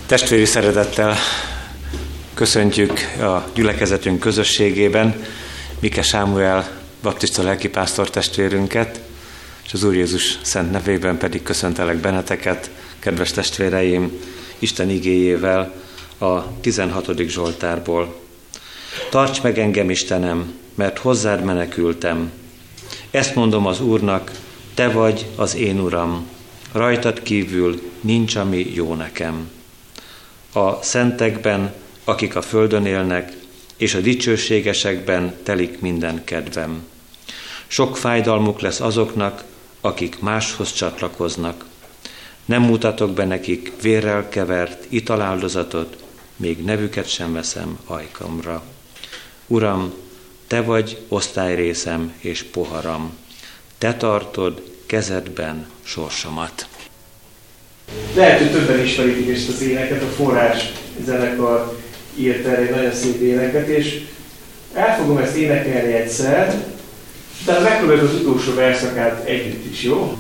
Testvéri szeretettel köszöntjük a gyülekezetünk közösségében Mike Sámuel baptista lelkipásztor testvérünket, és az Úr Jézus szent nevében pedig köszöntelek benneteket, kedves testvéreim, Isten igéjével a 16. Zsoltárból. Tarts meg engem, Istenem, mert hozzád menekültem. Ezt mondom az Úrnak, te vagy az én Uram, rajtad kívül nincs, ami jó nekem. A szentekben, akik a földön élnek, és a dicsőségesekben telik minden kedvem. Sok fájdalmuk lesz azoknak, akik máshoz csatlakoznak. Nem mutatok be nekik vérrel kevert italáldozatot, még nevüket sem veszem ajkamra. Uram, te vagy osztályrészem és poharam. Te tartod kezedben sorsomat. Lehet, hogy többen ismerik ezt az éneket, a Forrás zenekar írt erre egy nagyon szép éneket, és el fogom ezt énekelni egyszer, de megpróbáljuk az utolsó verszakát együtt is, jó?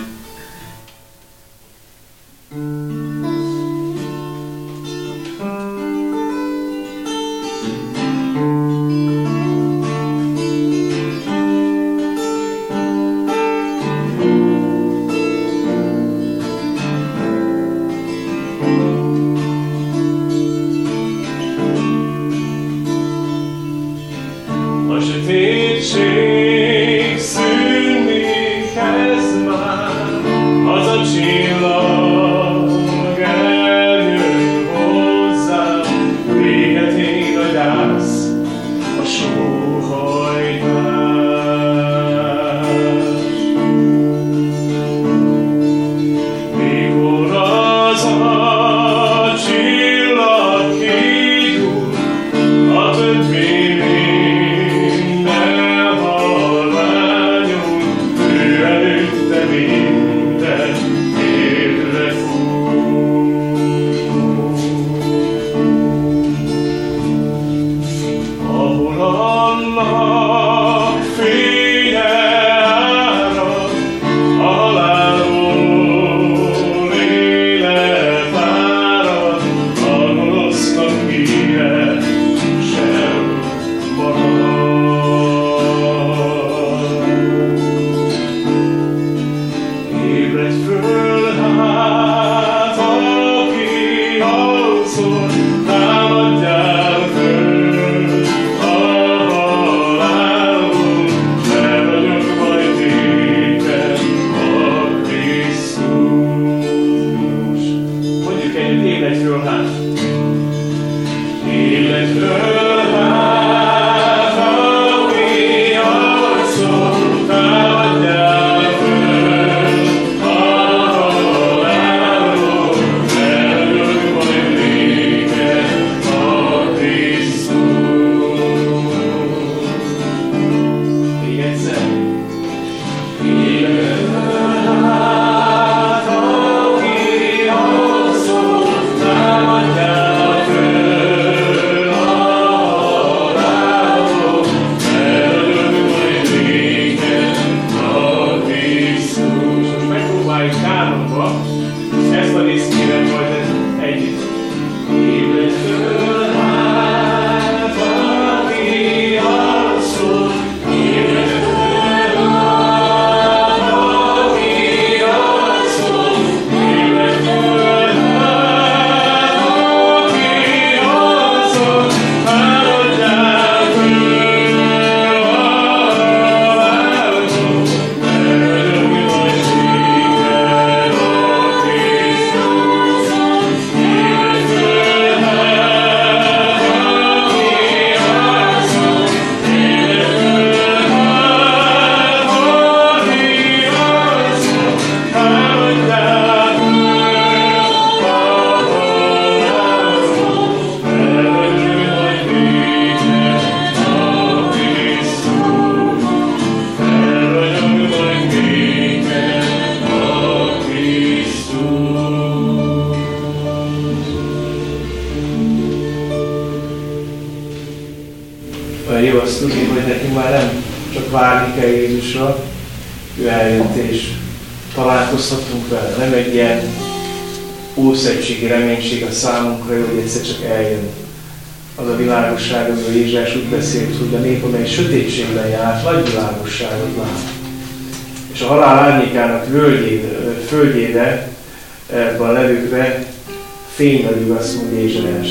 Jó azt tudni, hogy nekünk már nem csak várni kell Jézusra, ő eljött és találkozhatunk vele. Nem egy ilyen ószövetségi reménység a számunkra, hogy egyszer csak eljön az a világosság, amiről Jézsás úgy beszélt, hogy a nép, amely sötétségben járt, nagy világosságot lát. És a halál árnyékának földjére, ebben a levőkre fény velük, azt mondja Jézsás.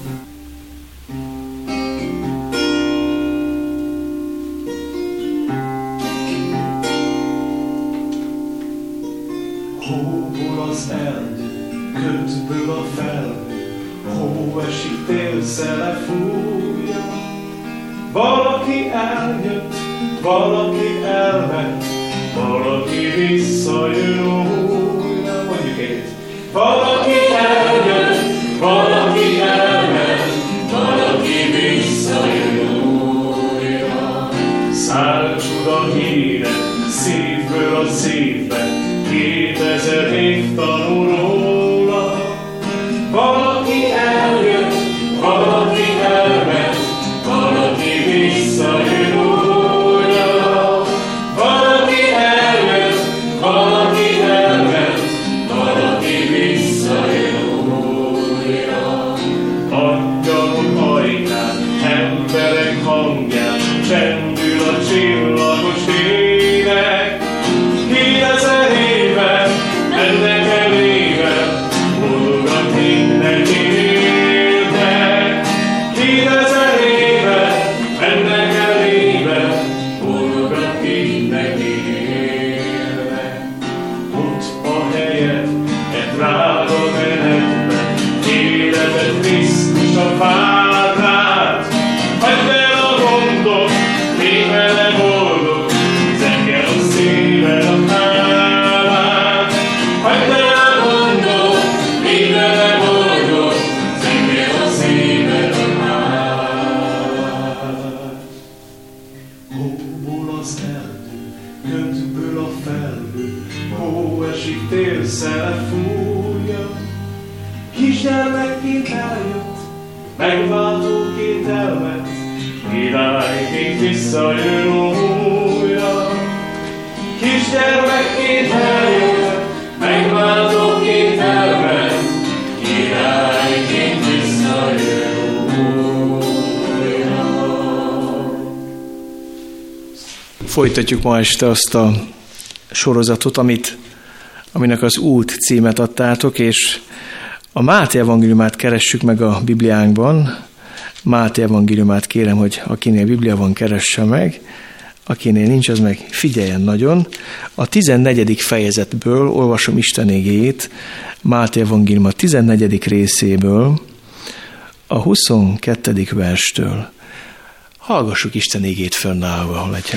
Hóból az erdő, ködből a felhő, hó esik, télszele fújja. Valaki eljött, valaki elment, valaki visszajön újra. Mondjuk egyet. Valaki eljött, valaki elment, valaki visszajön újra. Száll csuda híre, szívből a szívbe, 2000 év tanul róla. Valaki eljött, valaki elment, valaki visszajön újra. Valaki eljött, valaki elment, valaki visszajön újra. Angyalok ajkán, emberek hangján, csendül a csillagos ének. 2000 éve, ennek elébe, boldogan mindenki élnek. 2000 éve, ennek elébe, boldogan mindenki élnek. Ott a helyed, egy drága menetben, életed Krisztus a vár rád. Hagyd el a gondot, légy vele boldog, zengel a szíved a hálát. Hagyd el a gondot, légy vele boldog, zengel a szíved a hálát. Hóból az erdő, ködből a felhő, hó esik, télszele fújja. Kisgyermekként eljött, megváltóként elment, királyként visszajön újra. Kisgyermekként eljött, megváltóként elment, királyként visszajön újra. Folytatjuk ma este azt a sorozatot, aminek az Út címet adtátok, és a Máté evangéliumát keressük meg a Bibliánkban. Máté evangéliumát kérem, hogy akinél Biblia van, keresse meg, akinél nincs, az meg figyeljen nagyon. A 14. fejezetből olvasom Isten igéjét, Máté evangélium a 14. részéből, a 22. verstől. Hallgassuk Isten igét fönnállva, hol legyen.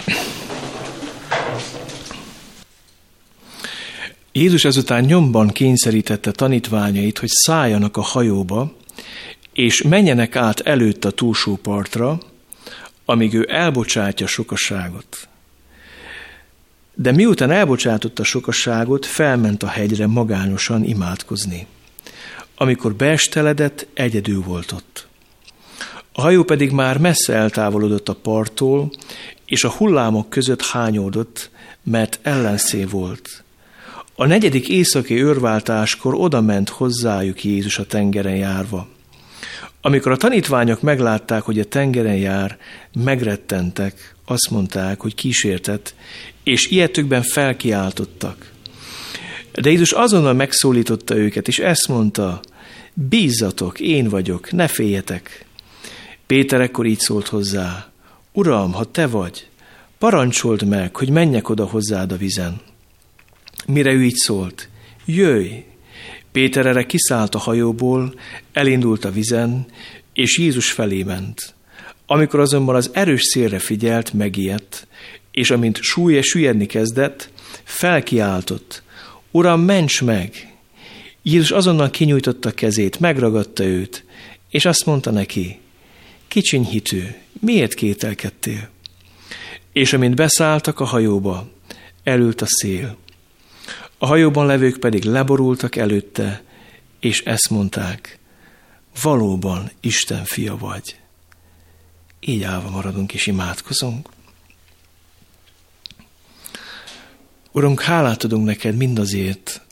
Jézus ezután nyomban kényszerítette tanítványait, hogy szálljanak a hajóba, és menjenek át előtt a túlsó partra, amíg ő elbocsátja sokaságot. De miután elbocsátotta sokaságot, felment a hegyre magányosan imádkozni. Amikor beesteledett, egyedül volt ott. A hajó pedig már messze eltávolodott a parttól, és a hullámok között hányódott, mert ellenszél volt. A 4. éjszaki őrváltáskor odament hozzájuk Jézus a tengeren járva. Amikor a tanítványok meglátták, hogy a tengeren jár, megrettentek, azt mondták, hogy kísértett, és ilyetükben felkiáltottak. De Jézus azonnal megszólította őket, és ezt mondta: bízzatok, én vagyok, ne féljetek. Péter ekkor így szólt hozzá: Uram, ha te vagy, parancsold meg, hogy menjek oda hozzád a vizen. Mire ő így szólt: jöjj! Péter erre kiszállt a hajóból, elindult a vizen, és Jézus felé ment. Amikor azonban az erős szélre figyelt, megijedt, és amint süllyedni kezdett, felkiáltott: Uram, ments meg! Jézus azonnal kinyújtotta kezét, megragadta őt, és azt mondta neki: kicsiny hitű, miért kételkedtél? És amint beszálltak a hajóba, elült a szél. A hajóban levők pedig leborultak előtte, és ezt mondták: valóban Isten fia vagy. Így állva maradunk és imádkozunk. Urunk, hálát adunk neked mindazért,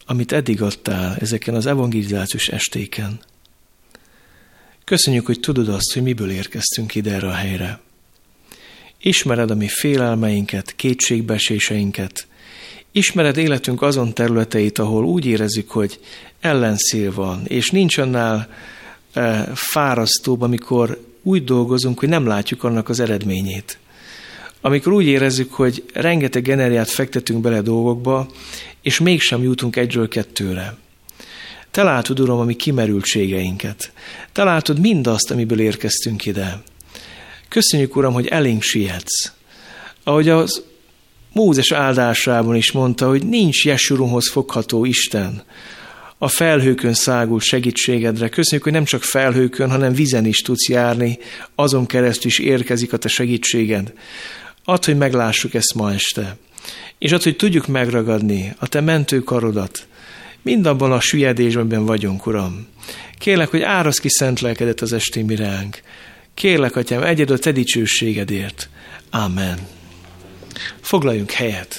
amit eddig adtál ezeken az evangelizációs estéken. Köszönjük, hogy tudod azt, hogy miből érkeztünk ide erre a helyre. Ismered a mi félelmeinket, kétségbeeséseinket. Ismered életünk azon területeit, ahol úgy érezzük, hogy ellenszél van, és nincs annál fárasztóbb, amikor úgy dolgozunk, hogy nem látjuk annak az eredményét. Amikor úgy érezzük, hogy rengeteg energiát fektetünk bele dolgokba, és mégsem jutunk egyről kettőre. Te látod, Uram, a mi kimerültségeinket. Te látod mindazt, amiből érkeztünk ide. Köszönjük, Uram, hogy elénk sietsz. Ahogy az Mózes áldásában is mondta, hogy nincs Jesurumhoz fogható Isten. A felhőkön szágult segítségedre. Köszönjük, hogy nem csak felhőkön, hanem vizen is tudsz járni, azon keresztül is érkezik a te segítséged. Add, hogy meglássuk ezt ma este. És add, hogy tudjuk megragadni a te mentő karodat, mindabban a süllyedésben vagyunk, Uram. Kérlek, hogy áraszd ki szent lelkedet az esti miránk. Kérlek, Atyám, egyedül a te dicsőségedért. Amen. Foglaljunk helyet.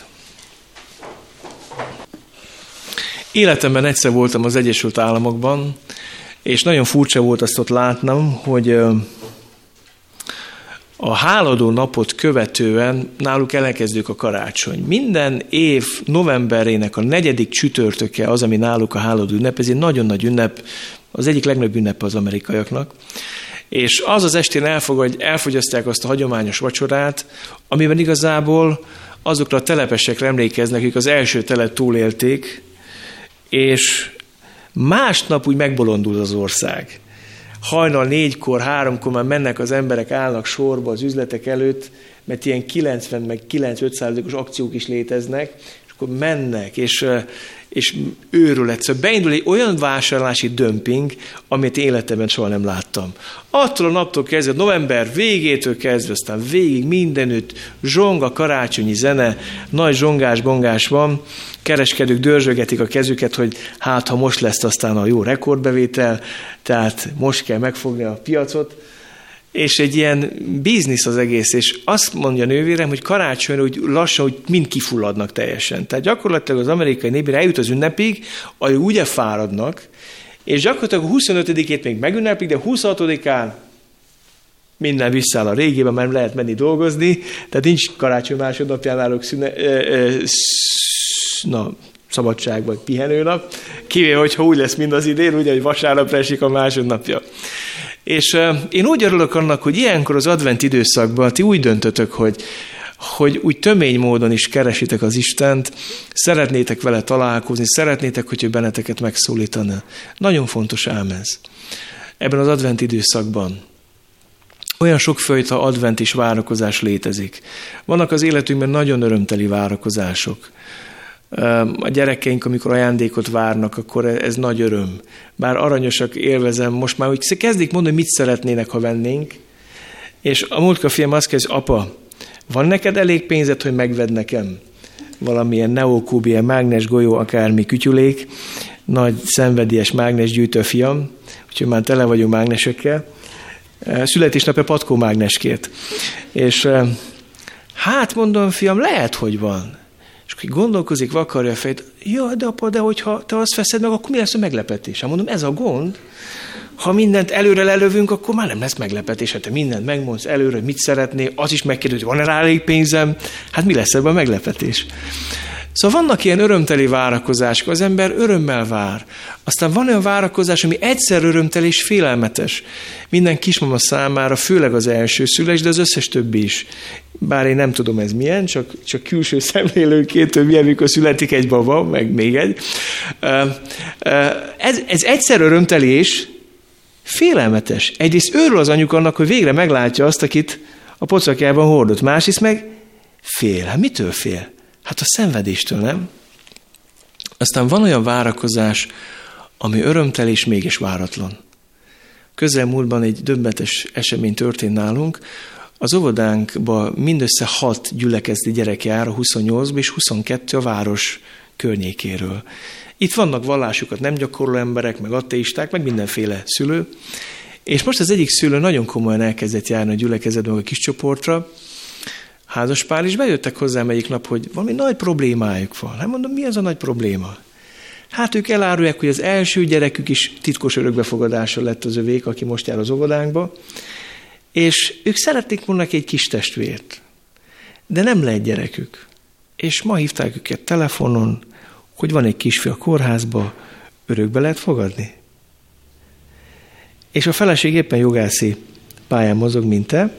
Életemben egyszer voltam az Egyesült Államokban, és nagyon furcsa volt azt ott látnom, hogy a háladó napot követően náluk elkezdődik a karácsony. Minden év novemberének a 4. csütörtöke az, ami náluk a háladó ünnep. Ez egy nagyon nagy ünnep, az egyik legnagyobb ünnep az amerikaiaknak. És az estén elfogyasztják azt a hagyományos vacsorát, amiben igazából azokra a telepesekre emlékeznek, akik az első telet túlélték, és másnap úgy megbolondul az ország. Hajnal 4-kor, 3-kor már mennek az emberek, állnak sorba az üzletek előtt, mert ilyen 90 meg 95%-os akciók is léteznek, és akkor mennek, és őrület. Szóval beindul egy olyan vásárlási dömping, amit életemben soha nem láttam. Attól a naptól kezdve, november végétől kezdve, aztán végig mindenütt zsong, a karácsonyi zene, nagy zsongás-bongás van, kereskedők dörzsögetik a kezüket, hogy hát, ha most lesz aztán a jó rekordbevétel, tehát most kell megfogni a piacot, és egy ilyen biznisz az egész, és azt mondja nővérem, hogy karácsonyra úgy lassan, hogy mind kifulladnak teljesen. Tehát gyakorlatilag az amerikai népére eljut az ünnepig, ahogy ugye fáradnak, és gyakorlatilag a 25-ét még megünneplik, de 26-án minden visszáll a régében, mert lehet menni dolgozni, tehát nincs karácsony másodnapján állok szabadság vagy pihenőnap, kivéve, hogyha úgy lesz, mint az idén, ugye, hogy vasárnapra esik a másodnapja. És én úgy örülök annak, hogy ilyenkor az advent időszakban ti úgy döntötök, hogy úgy tömény módon is keresitek az Istent, szeretnétek vele találkozni, szeretnétek, hogy ő benneteket megszólítana. Nagyon fontos ám ez. Ebben az advent időszakban olyan sokfajta advent és várakozás létezik. Vannak az életünkben nagyon örömteli várakozások. A gyerekeink, amikor ajándékot várnak, akkor ez nagy öröm. Bár aranyosak, élvezem, most már úgy kezdik mondani, mit szeretnének, ha vennénk. És a múltkor fiam azt kezd, apa, van neked elég pénzed, hogy megvedd nekem valamilyen neokúb, ilyen mágnes golyó, akármi kütyülék, nagy szenvedélyes mágnesgyűjtő fiam, úgyhogy már tele vagyunk mágnesekkel. Születésnapja patkó mágneskért. És hát mondom, fiam, lehet, hogy van. És akkor gondolkozik, vakarja a fejét, ja, de apa, de hogyha te azt veszed meg, akkor mi lesz a meglepetés? Hát mondom, ez a gond. Ha mindent előre lelövünk, akkor már nem lesz meglepetés. Hát te mindent megmondsz előre, hogy mit szeretnél, az is megkérdezi, hogy van-e rá elég pénzem? Hát mi lesz ebben a meglepetés? Szóval vannak ilyen örömteli várakozások, az ember örömmel vár. Aztán van olyan várakozás, ami egyszer örömteli és félelmetes. Minden kismama számára, főleg az elsőszülés, de az összes többi is. Bár én nem tudom ez milyen, csak külső szemlélőként, hogy milyen, mikor születik egy baba, meg még egy. Ez egyszer örömteli és félelmetes. Egyrészt örül az anyuk annak, hogy végre meglátja azt, akit a pocakjában hordott. Másrészt meg fél. Hát mitől fél? Hát a szenvedéstől, nem? Aztán van olyan várakozás, ami örömteli és mégis váratlan. Közelmúltban egy döbbenetes esemény történt nálunk. Az óvodánkban mindössze 6 gyülekezeti gyerek jár, a 28-ban és 22 a város környékéről. Itt vannak vallásukat nem gyakorló emberek, meg ateisták, meg mindenféle szülő. És most az egyik szülő nagyon komolyan elkezdett járni a gyülekezetben, a kis csoportra, házaspár, és bejöttek hozzám egyik nap, hogy valami nagy problémájuk van. Hát mondom, mi az a nagy probléma? Hát ők elárulják, hogy az első gyerekük is titkos örökbefogadással lett az övék, aki most jár az óvodánkba, és ők szeretnék volna egy kis testvért, de nem lehet gyerekük. És ma hívták őket telefonon, hogy van egy kisfiú a kórházba, örökbe lehet fogadni. És a feleség éppen jogászi pályán mozog, mint te,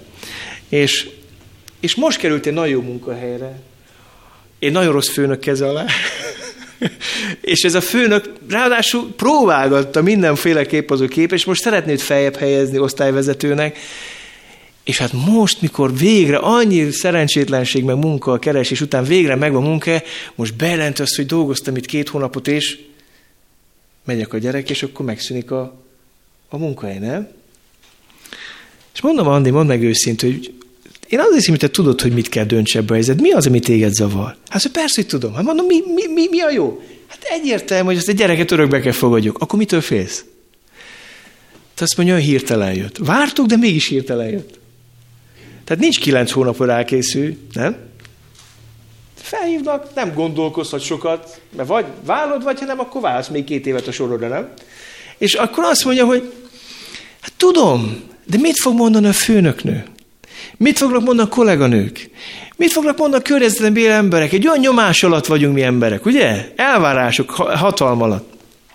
és most került egy nagyon jó munkahelyre, egy nagyon rossz főnök keze alá, és ez a főnök ráadásul próbálgatta mindenféleképp az ő kép, és most szeretné őt feljebb helyezni osztályvezetőnek, és hát most, mikor végre annyi szerencsétlenség meg munka, keresés után végre megvan munka, most bejelent azt, hogy dolgoztam itt 2 hónapot, és megyek a gyerek, és akkor megszűnik a munkahely, nem? És mondom, Andi, mondd meg őszintén, hogy én azt hiszem, hogy te tudod, hogy mit kell dönts ebbe a helyzet. Mi az, ami téged zavar? Hát, hogy persze, hogy tudom. Hát mondom, mi a jó? Hát egyértelmű, hogy ezt a gyereket örökbe kell fogadjuk. Akkor mitől félsz? Te azt mondja, hogy hirtelen jött. Vártuk, de mégis hirtelen jött. Tehát nincs 9 hónapra rákészül, nem? Felhívnak, nem gondolkozhat sokat, mert vagy vállalod, vagy ha nem, akkor válsz még 2 évet a sorodra, nem? És akkor azt mondja, hogy hát tudom, de mit fog mondani a főnöknő? Mit fognak mondani a kolléganők? Mit fognak mondani a környezetben élő emberek? Egy olyan nyomás alatt vagyunk mi emberek, ugye? Elvárások, hatalma alatt.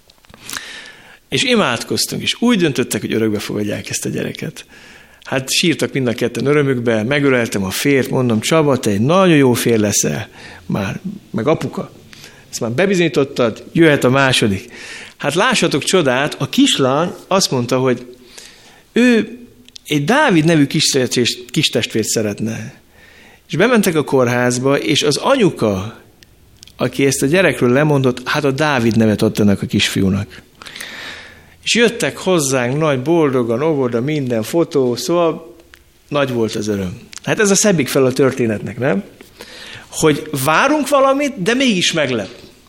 És imádkoztunk, és úgy döntöttek, hogy örökbe fogadják ezt a gyereket. Hát sírtak mind a ketten örömükbe, megöleltem a férjt, mondom, Csaba, te egy nagyon jó férj leszel, már, meg apuka. Ezt már bebizonyítottad, jöhet a második. Hát lássatok csodát, a kislány azt mondta, hogy ő egy Dávid nevű kistestvért szeretne. És bementek a kórházba, és az anyuka, aki ezt a gyerekről lemondott, hát a Dávid nevet adtanak a kisfiúnak. És jöttek hozzánk nagy boldogan, óvoda, minden fotó, szóval nagy volt az öröm. Hát ez a szebbik fel a történetnek, nem? Hogy várunk valamit, de mégis meglep.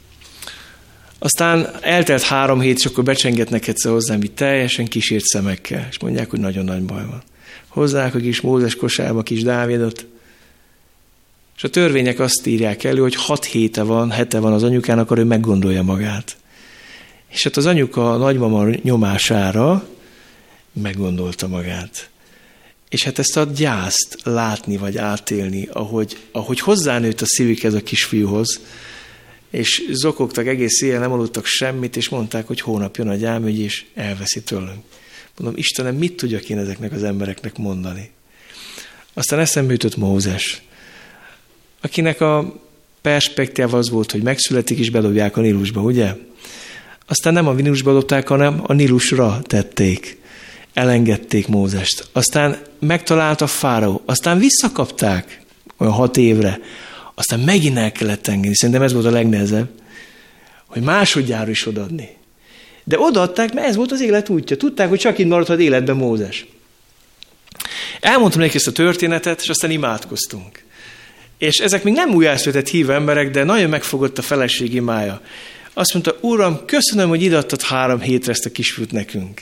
Aztán eltelt 3 hét, és akkor becsengetnek egyszer hozzám, így teljesen kísért szemekkel, és mondják, hogy nagyon nagy baj van. Hozzák a kis Mózes kosárba kis Dávidot, és a törvények azt írják elő, hogy 6 hete van az anyukának, akkor ő meggondolja magát. És hát az anyuka a nagymama nyomására meggondolta magát. És hát ezt a gyászt látni, vagy átélni, ahogy hozzánőtt a szívük ez a kisfiúhoz, és zokogtak egész éjjel, nem aludtak semmit, és mondták, hogy hónap jön a gyámügy, és elveszi tőlünk. Mondom, Istenem, mit tudjak én ezeknek az embereknek mondani? Aztán eszembe jutott Mózes, akinek a perspektíva az volt, hogy megszületik, és bedobják a Nílusba, ugye? Aztán nem a Nílusba dobták, hanem a Nílusra tették. Elengedték Mózest. Aztán megtalálta Fáraó. Aztán visszakapták olyan 6 évre. Aztán megint el kellett engedni. Szerintem ez volt a legnehezebb, hogy másodjára is odaadni. De odaadták, mert ez volt az élet útja. Tudták, hogy csak így maradhat életben Mózes. Elmondtam neki ezt a történetet, és aztán imádkoztunk. És ezek még nem újjászületett hívő emberek, de nagyon megfogott a feleség imája. Azt mondta, Uram, köszönöm, hogy ideadtad 3 hétre ezt a kisfiút nekünk.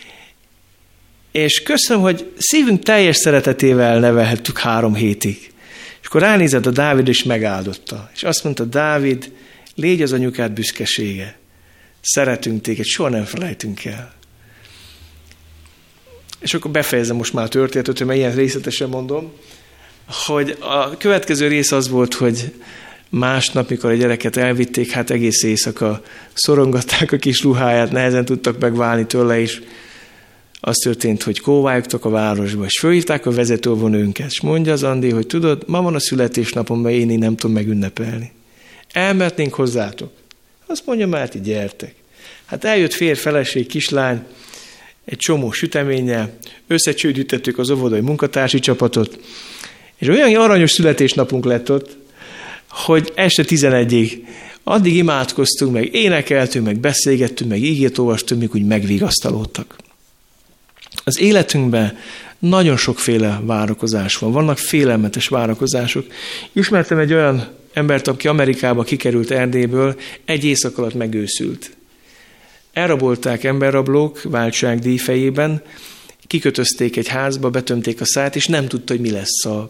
És köszönöm, hogy szívünk teljes szeretetével nevelhettük 3 hétig. És akkor ránézett a Dávid, és megáldotta. És azt mondta, Dávid, légy az anyukád büszkesége. Szeretünk téged, soha nem felejtünk el. És akkor befejezem most már a történetet, mert ilyen részletesen mondom, hogy a következő rész az volt, hogy másnap, mikor a gyereket elvitték, hát egész éjszaka szorongatták a kis ruháját, nehezen tudtak megválni tőle, és az történt, hogy kóvályogtak a városba, és fölhívták a vezetővonőnket, és mondja az Andi, hogy tudod, ma van a születésnapom, mert én nem tudom megünnepelni. Elmehetnénk hozzátok. Azt mondja, Márti, gyertek. Hát eljött férj, feleség, kislány, egy csomó süteménnyel, összecsődítettük az óvodai munkatársi csapatot, és olyan aranyos születésnapunk lett ott, hogy este 11-ig addig imádkoztunk, meg énekeltünk, meg beszélgettünk, meg igét olvastunk, míg úgy megvigasztalódtak. Az életünkben nagyon sokféle várakozás van. Vannak félelmetes várakozások. Ismertem egy olyan embert, aki Amerikába kikerült Erdélyből, egy éjszak alatt megőszült. Elrabolták emberrablók váltságdíj fejében, kikötözték egy házba, betömték a száját, és nem tudta, hogy mi lesz a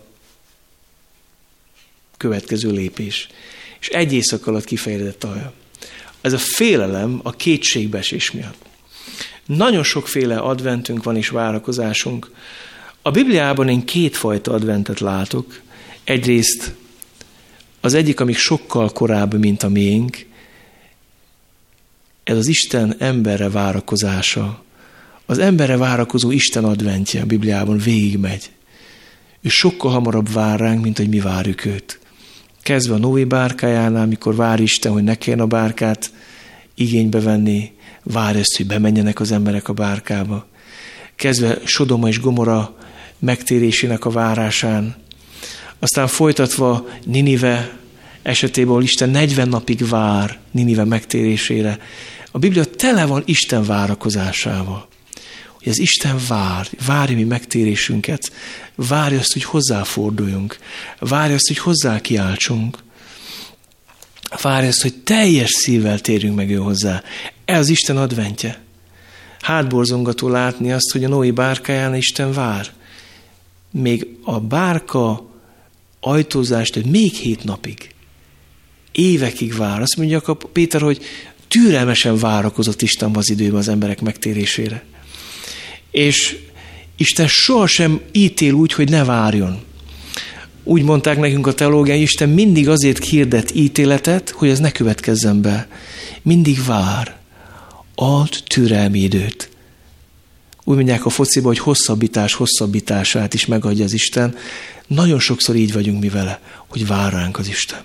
következő lépés. És egy éjszak alatt kifejezett a haja. ez a félelem a kétségbeesés miatt. Nagyon sokféle adventünk van és várakozásunk. A Bibliában én kétfajta adventet látok. Egyrészt az egyik, amik sokkal korábbi, mint a miénk, ez az Isten emberre várakozása. Az emberre várakozó Isten adventje a Bibliában végigmegy. Ő sokkal hamarabb vár ránk, mint hogy mi várjuk őt. Kezdve a Noé bárkájánál, mikor vár Isten, hogy ne kelljen a bárkát igénybe venni, vár ezt, hogy bemenjenek az emberek a bárkába. Kezdve Sodoma és Gomora megtérésének a várásán. Aztán folytatva Ninive esetében, ahol Isten 40 napig vár Ninive megtérésére. A Biblia tele van Isten várakozásával. Hogy az Isten várja mi megtérésünket, várja azt, hogy hozzáforduljunk, várja azt, hogy hozzá kiáltsunk, várja azt, hogy teljes szívvel térjünk meg ő hozzá. Ez az Isten adventje. Hátborzongató látni azt, hogy a Noé bárkáján Isten vár. Még a bárka ajtózást, hogy még 7 napig, évekig vár. Azt mondja Péter, hogy türelmesen várakozott Isten az időben az emberek megtérésére. És Isten sohasem ítél úgy, hogy ne várjon. Úgy mondták nekünk a teológián, Isten mindig azért hirdet ítéletet, hogy ez ne következzen be. Mindig vár. Ad türelmi időt. Úgy mondják a fociba, hogy hosszabbítását is megadja az Isten. Nagyon sokszor így vagyunk mi vele, hogy vár ránk az Isten.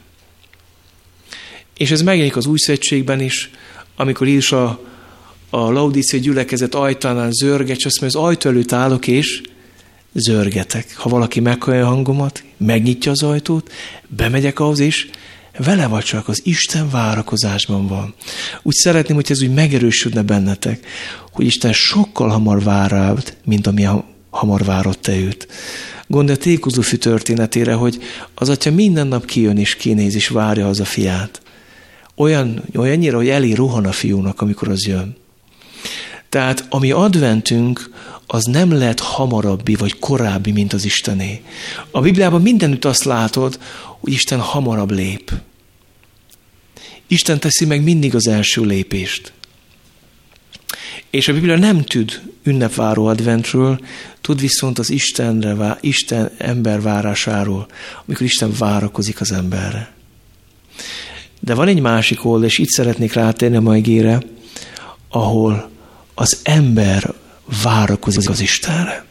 És ez megjelenik az Új Szövetségben is, amikor Jézus a laudíciai gyülekezet ajtánál zörget, és azt mondja, az ajtó előtt állok, és zörgetek. Ha valaki meghallja a hangomat, megnyitja az ajtót, bemegyek ahhoz, és vele vacsolok, az Isten várakozásban van. Úgy szeretném, hogy ez úgy megerősödne bennetek, hogy Isten sokkal hamar vár rád, mint ami hamar várott te őt. Gondolj a tékozófű történetére, hogy az atya minden nap kijön és kinéz, és várja az a fiát. Olyannyira, hogy elé rohan a fiúnak, amikor az jön. Tehát ami adventünk, az nem lehet hamarabbi vagy korábbi, mint az Istené. A Bibliában mindenütt azt látod, hogy Isten hamarabb lép. Isten teszi meg mindig az első lépést. És a Biblia nem tud ünnepváró adventről, tud viszont az Isten ember várásáról, amikor Isten várakozik az emberre. De van egy másik oldal, és itt szeretnék rátérni a mai igére, ahol az ember várakozik az Istenre.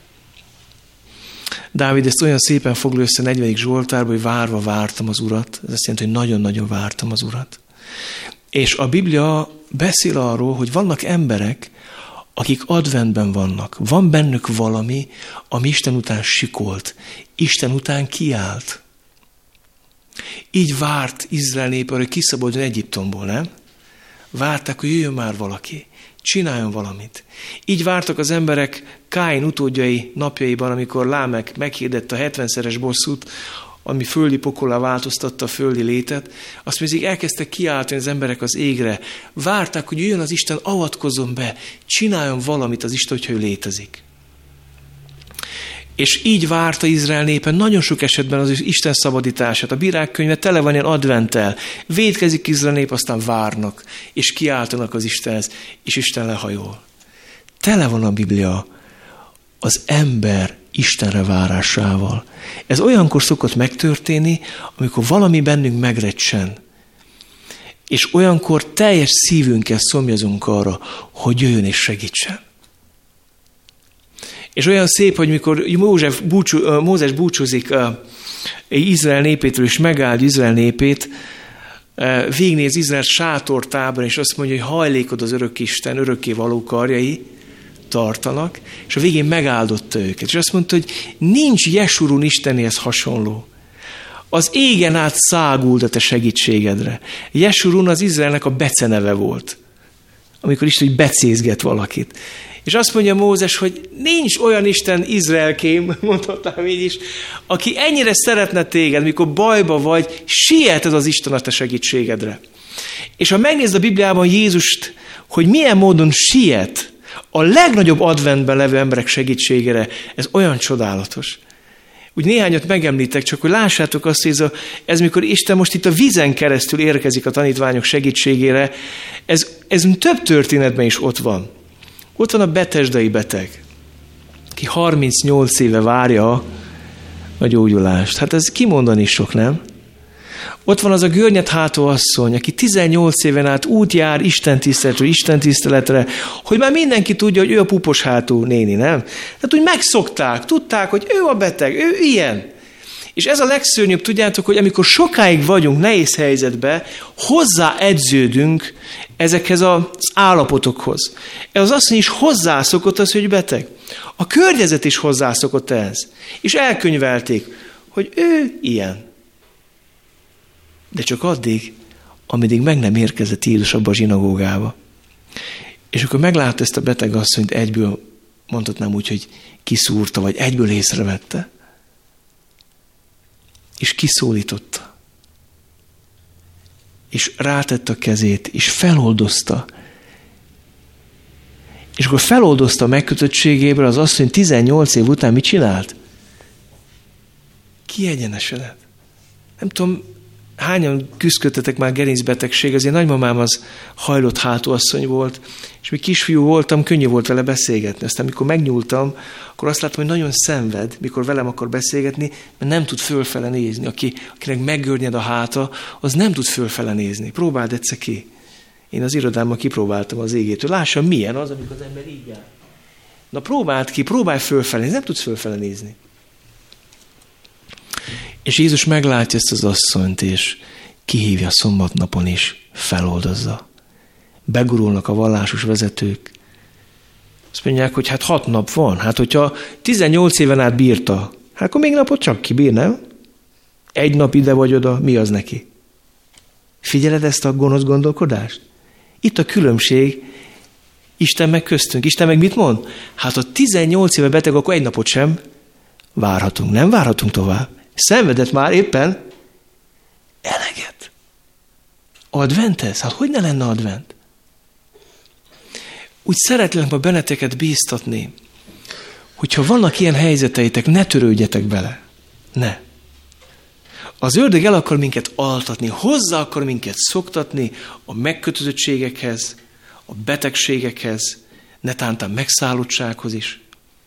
Dávid ezt olyan szépen foglal össze 40. Zsoltárban, hogy várva vártam az Urat. Ez azt jelenti, hogy nagyon-nagyon vártam az Urat. És a Biblia beszél arról, hogy vannak emberek, akik adventben vannak. Van bennük valami, ami Isten után sikolt, Isten után kiállt. Így várt Izrael népe, hogy kiszabaduljon Egyiptomból, nem? Várták, hogy jöjjön már valaki, csináljon valamit. Így vártak az emberek Káin utódjai napjaiban, amikor Lámek meghirdette a 70-szeres bosszút, ami földi pokollá változtatta a földi létet, azt mondjuk elkezdtek kiáltani az emberek az égre. Várták, hogy jöjjön az Isten, avatkozzon be, csináljon valamit az Isten, hogyha ő létezik. És így várta Izrael népe nagyon sok esetben az Isten szabadítását. A Bírák könyve tele van ilyen adventtel. Vétkezik Izrael nép, aztán várnak, és kiáltanak az Istenhez, és Isten lehajol. Tele van a Biblia az ember Istenre várásával. Ez olyankor szokott megtörténni, amikor valami bennünk megrecsen. És olyankor teljes szívünkkel szomjazunk arra, hogy jöjjön és segítsen. És olyan szép, hogy mikor Mózes búcsúzik Izrael népétől, és megáld Izrael népét, végignéz Izrael sátortábor, és azt mondja, hogy hajlékod az örök Isten, örökké való karjai tartanak, és a végén megáldotta őket. És azt mondta, hogy nincs Jesurun Istenéhez hasonló. Az égen át száguld a te segítségedre. Jesurun az Izraelnek a beceneve volt, amikor Isten így becézget valakit. És azt mondja Mózes, hogy nincs olyan Isten Izraelkém, mondhatnám így is, aki ennyire szeretne téged, mikor bajba vagy, sieted az Isten a te segítségedre. És ha megnézd a Bibliában Jézust, hogy milyen módon siet a legnagyobb adventben levő emberek segítségére, ez olyan csodálatos. Úgy néhányat megemlítek, csak hogy lássátok azt, hogy ez mikor Isten most itt a vízen keresztül érkezik a tanítványok segítségére, ez több történetben is ott van. Ott van a betesdai beteg, aki 38 éve várja a gyógyulást. Hát ez kimondani is sok, nem? Ott van az a görnyedhátú asszony, aki 18 éven át úgy jár Isten tiszteletre, hogy már mindenki tudja, hogy ő a pupos hátú néni, nem? Tehát úgy megszokták, tudták, hogy ő a beteg, ő ilyen. És ez a legszörnyűbb, tudjátok, hogy amikor sokáig vagyunk nehéz helyzetbe, hozzáedződünk ezekhez az állapotokhoz. Ez az asszony is hozzászokott az, hogy beteg. A környezet is hozzászokott ehhez. És elkönyvelték, hogy ő ilyen. De csak addig, ameddig meg nem érkezett Jézus abba a zsinagógába. És akkor meglátta ezt a beteg asszonyt, egyből mondhatnám úgy, hogy kiszúrta, vagy egyből észrevette. És kiszólította. És rátette a kezét, és feloldozta. És akkor feloldozta a megkötöttségéből az asszony 18 év után mit csinált? Kiegyenesedett. Nem tudom, hányan küzdködtetek már gerincbetegség, az én nagymamám az hajlott hátúasszony volt, és még kisfiú voltam, könnyű volt vele beszélgetni. Aztán amikor megnyúltam, akkor azt láttam, hogy nagyon szenved, mikor velem akar beszélgetni, mert nem tud fölfele nézni. Akinek meggörnyed a háta, az nem tud fölfele nézni. Próbáld egyszer ki. Én az irodámban kipróbáltam az égétől. Lássam, milyen az, amikor az ember így jár. Na próbáld ki, próbálj fölfele nézni, nem tudsz fölfele nézni. És Jézus meglátja ezt az asszonyt, és kihívja szombatnapon is, feloldozza. Begurulnak a vallásos vezetők. Azt mondják, hogy hát 6 nap van. Hát hogyha 18 éven át bírta, hát akkor még napot csak kibír, nem? 1 nap ide vagy oda, mi az neki? Figyeled ezt a gonosz gondolkodást? Itt a különbség, Isten meg köztünk. Isten meg mit mond? Hát ha 18 éve beteg, akkor 1 napot sem várhatunk. Nem várhatunk tovább. Szenvedett már éppen eleget. Advent ez? Hát hogy ne lenne advent? Úgy szeretlek ma benneteket bíztatni, hogyha vannak ilyen helyzeteitek, ne törődjetek bele. Ne. Az ördög el akar minket altatni, hozzá akar minket szoktatni a megkötözöttségekhez, a betegségekhez, netántán megszállottsághoz is.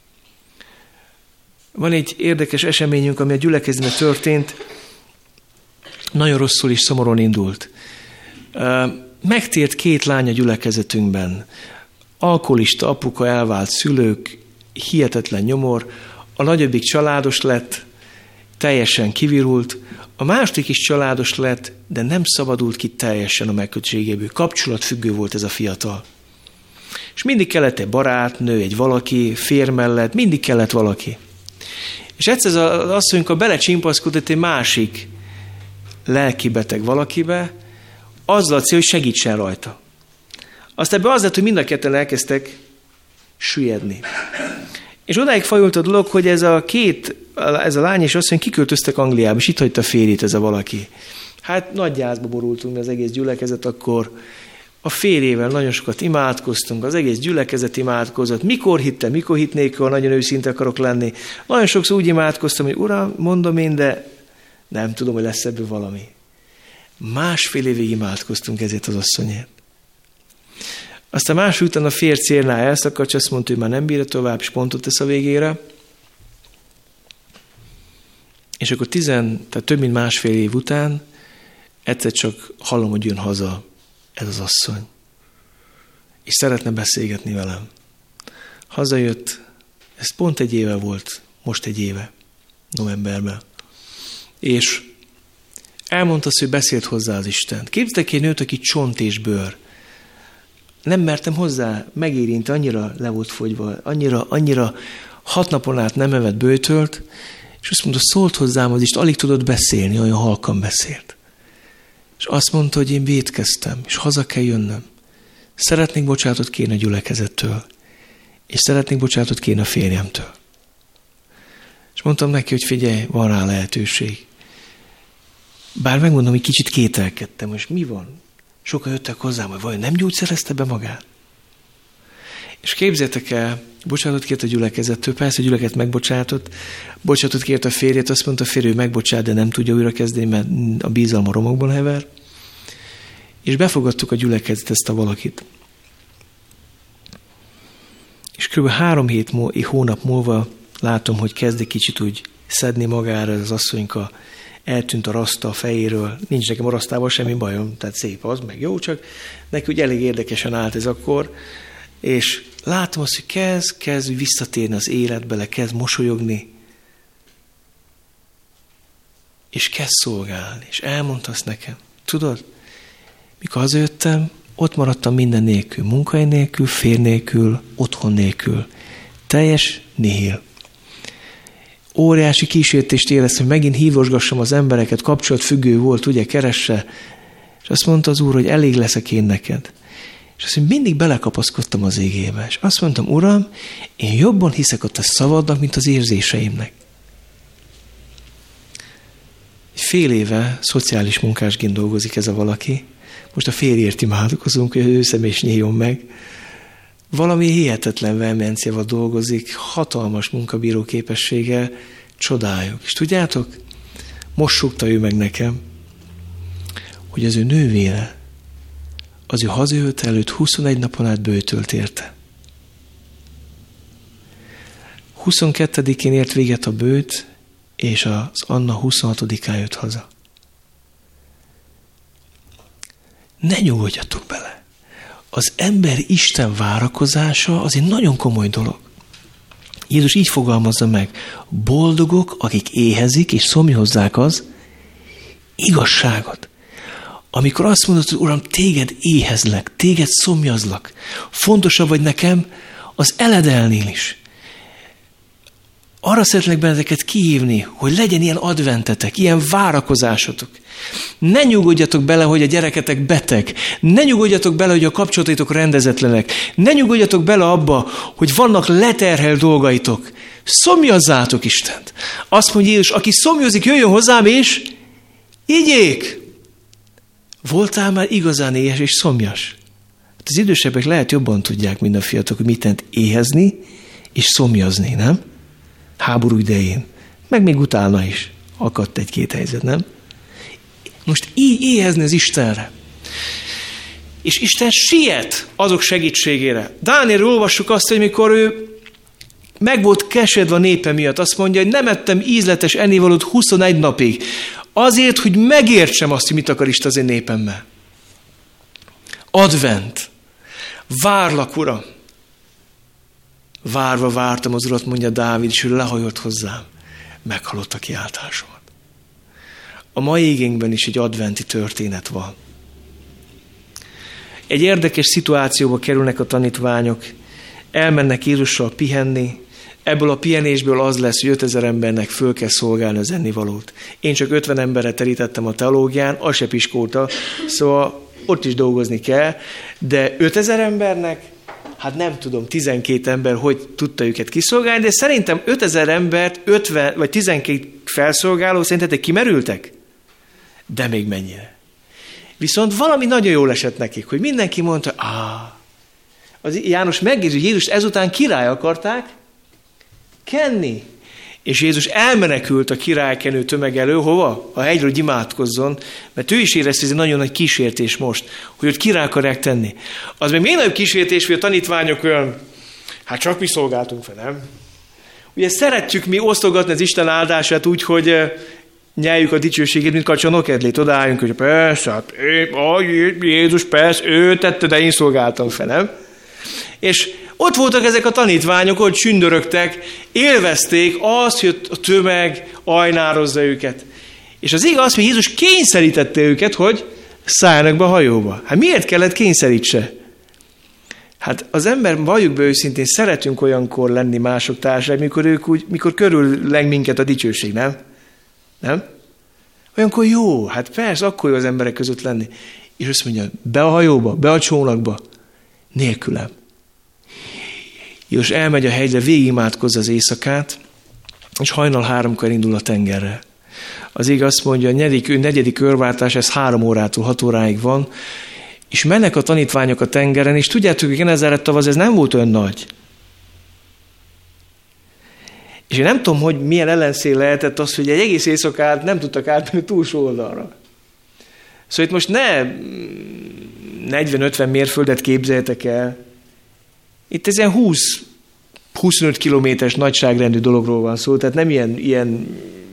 Van egy érdekes eseményünk, ami a gyülekezetben történt, nagyon rosszul és szomorúan indult. Megtért 2 lány a gyülekezetünkben. Alkoholista apuka, elvált szülők, hihetetlen nyomor. A nagyobbik családos lett, teljesen kivirult. A második is családos lett, de nem szabadult ki teljesen a megkötségéből. Kapcsolatfüggő volt ez a fiatal. És mindig kellett egy barátnő, egy valaki, férj mellett, mindig kellett valaki. És egyszer az asszonyka belecsimpaszkodott egy másik lelkibeteg valakibe, azzal a cél, hogy segítsen rajta. Aztán ebből az lett, hogy mind a ketten elkezdtek süllyedni. És odáig fajult a dolog, hogy ez a lány és asszony kiköltöztek Angliába, és itt hagyta a férjét ez a valaki. Hát nagy gyászba borultunk az egész gyülekezet, akkor a férjével nagyon sokat imádkoztunk, az egész gyülekezet imádkozott. Mikor hitnék, ha nagyon őszinte akarok lenni. Nagyon sokszor úgy imádkoztam, hogy Uram, mondom én, de nem tudom, hogy lesz ebből valami. 1,5 évig imádkoztunk ezért az asszonyért. Aztán másik után a férj célnál elszakadt, és azt mondta, hogy már nem bírja tovább, és pontot tesz a végére. És akkor tehát több mint 1,5 év után egyszer csak hallom, hogy jön haza ez az asszony. És szeretne beszélgetni velem. Hazajött, ez pont 1 éve volt, most 1 éve, novemberben. És elmondta azt, hogy beszélt hozzá az Isten. Képzeljétek egy nőt, aki csont és bőr. Nem mertem hozzá megérinteni, annyira le volt fogyva, annyira 6 napon át nem evett bőtölt, és azt mondta, szólt hozzám az Isten, alig tudott beszélni, olyan halkan beszélt. És azt mondta, hogy én vétkeztem, és haza kell jönnöm. Szeretnék bocsánatot kérni a gyülekezettől, és szeretnék bocsánatot kérni a férjemtől. És mondtam neki, hogy figyelj, van rá lehetőség. Bár megmondom, hogy kicsit kételkedtem, és mi van? Sokan jöttek hozzám, hogy vajon nem gyógyszerezte be magát? És képzeljétek el, bocsánatot kért a gyülekezettől, persze a gyülekezet megbocsátott, bocsánatot kért a férjét, azt mondta a férj, hogy megbocsát, de nem tudja újra kezdeni, mert a bizalma romokban hever. És befogadtuk a gyülekezet ezt a valakit. És kb. 3 hónap múlva látom, hogy kezd egy kicsit úgy szedni magára az asszonyka, eltűnt a raszta a fejéről, nincs nekem a rasztával semmi bajom, tehát szép az, meg jó, csak neki úgy elég érdekesen állt ez akkor, és látom azt, hogy kezd visszatérni az életbe, kezd mosolyogni, és kezd szolgálni, és elmondta azt nekem. Tudod, mikor hazajöttem, ott maradtam minden nélkül, munkahely nélkül, férj nélkül, otthon nélkül. Teljes nihil. Óriási kísértést éreztem, hogy megint hívosgassam az embereket, kapcsolatfüggő volt, ugye, keresse. És azt mondta az Úr, hogy elég leszek én neked. És azt mondja, mindig belekapaszkodtam az igébe. És azt mondtam, Uram, én jobban hiszek a te szavadnak, mint az érzéseimnek. Egy fél éve szociális munkásként dolgozik ez a valaki. Most a férjért imádkozunk, hogy ő személy nyíljon meg. Valami hihetetlen vehemenciával dolgozik, hatalmas munkabíró képességgel, csodáljuk. És tudjátok, most súgta ő meg nekem, hogy az ő nővére az ő hazajött előtt 21 napon át bőtölt érte. 22-én ért véget a bőt, és az Anna 26-án jött haza. Ne nyugodjatok bele. Az ember Isten várakozása az egy nagyon komoly dolog. Jézus így fogalmazza meg, boldogok, akik éhezik, és szomjahozzák az igazságot. Amikor azt mondod, hogy Uram, téged éhezlek, téged szomjazlak, fontosabb vagy nekem az eledelnél is. Arra szeretlek benneteket kihívni, hogy legyen ilyen adventetek, ilyen várakozásotok. Ne nyugodjatok bele, hogy a gyereketek beteg. Ne nyugodjatok bele, hogy a kapcsolataitok rendezetlenek. Ne nyugodjatok bele abba, hogy vannak leterhelt dolgaitok. Szomjazzátok Istent. Azt mondja Jézus, aki szomjozik, jöjjön hozzám, és igyék. Voltál már igazán éhes és szomjas? Hát az idősebbek lehet jobban tudják, mint a fiatalok, hogy mit jelent éhezni és szomjazni, nem? Háború idején. Meg még utána is akadt 1-2 helyzet, nem? Most így éhezni az Istenre. És Isten siet azok segítségére. Dánielről olvassuk azt, hogy mikor ő meg volt kesedve a népe miatt, azt mondja, hogy nem ettem ízletes ennivalót 21 napig. Azért, hogy megértsem azt, hogy mit akar Isten az én népemmel. Advent. Várlak, Uram. Várva vártam az Urat, mondja Dávid, és ő lehajolt hozzám. Meghallotta kiáltásomat. A mai igénkben is egy adventi történet van. Egy érdekes szituációba kerülnek a tanítványok, elmennek Jézussal pihenni, ebből a pihenésből az lesz, hogy 5000 embernek föl kell szolgálni az ennivalót. Én csak 50 emberre terítettem a teológián, az se piskóta, szóval ott is dolgozni kell, de 5000 embernek, hát nem tudom, 12 ember, hogy tudta őket kiszolgálni, de szerintem 5000 embert 50 vagy 12 felszolgáló szerintetek kimerültek? De még mennyire. Viszont valami nagyon jól esett nekik, hogy mindenki mondta, az János megjegyzi, hogy Jézus ezután király akarták kenni. És Jézus elmenekült a királykenő tömeg elő, hova? A hegyről, hogy imádkozzon, mert ő is érezte, hogy ez egy nagyon nagy kísértés most, hogy őt király akarják tenni. Az még nagyobb kísértés, hogy a tanítványok olyan, hát csak mi szolgáltunk fel, nem? Ugye szeretjük mi osztogatni az Isten áldását úgy, hogy nyeljük a dicsőségét, mint Kacsa-Nokedlét, odaálljunk, hogy persze, hát Jézus, persze, ő tette, de én szolgáltam fel, nem? És ott voltak ezek a tanítványok, hogy sündörögtek, élvezték azt, hogy a tömeg ajnározza őket. És az igaz, hogy Jézus kényszerítette őket, hogy szálljanak be a hajóba. Hát miért kellett kényszerítse? Hát az ember, valljuk be őszintén, szeretünk olyankor lenni mások társaság, mikor körülleng minket a dicsőség, nem? Nem? Olyankor jó, hát persze, akkor jó az emberek között lenni. És azt mondja, be a hajóba, be a csónakba, nélkülem. Jézus elmegy a hegyre, végigimádkozza az éjszakát, és hajnal 3-kor indul a tengerre. Az ég azt mondja, a negyedik körváltás, ez 3 órától 6 óráig van, És mennek a tanítványok a tengeren, és tudjátok, hogy Genezáret tavaz, ez nem volt olyan nagy. És én nem tudom, hogy milyen ellenszél lehetett az, hogy egy egész éjszakát nem tudtak átmenni túlsó oldalra. Szóval itt most ne 40-50 mérföldet képzeljetek el. Itt ez ilyen 20-25 kilométeres nagyságrendű dologról van szó, tehát nem ilyen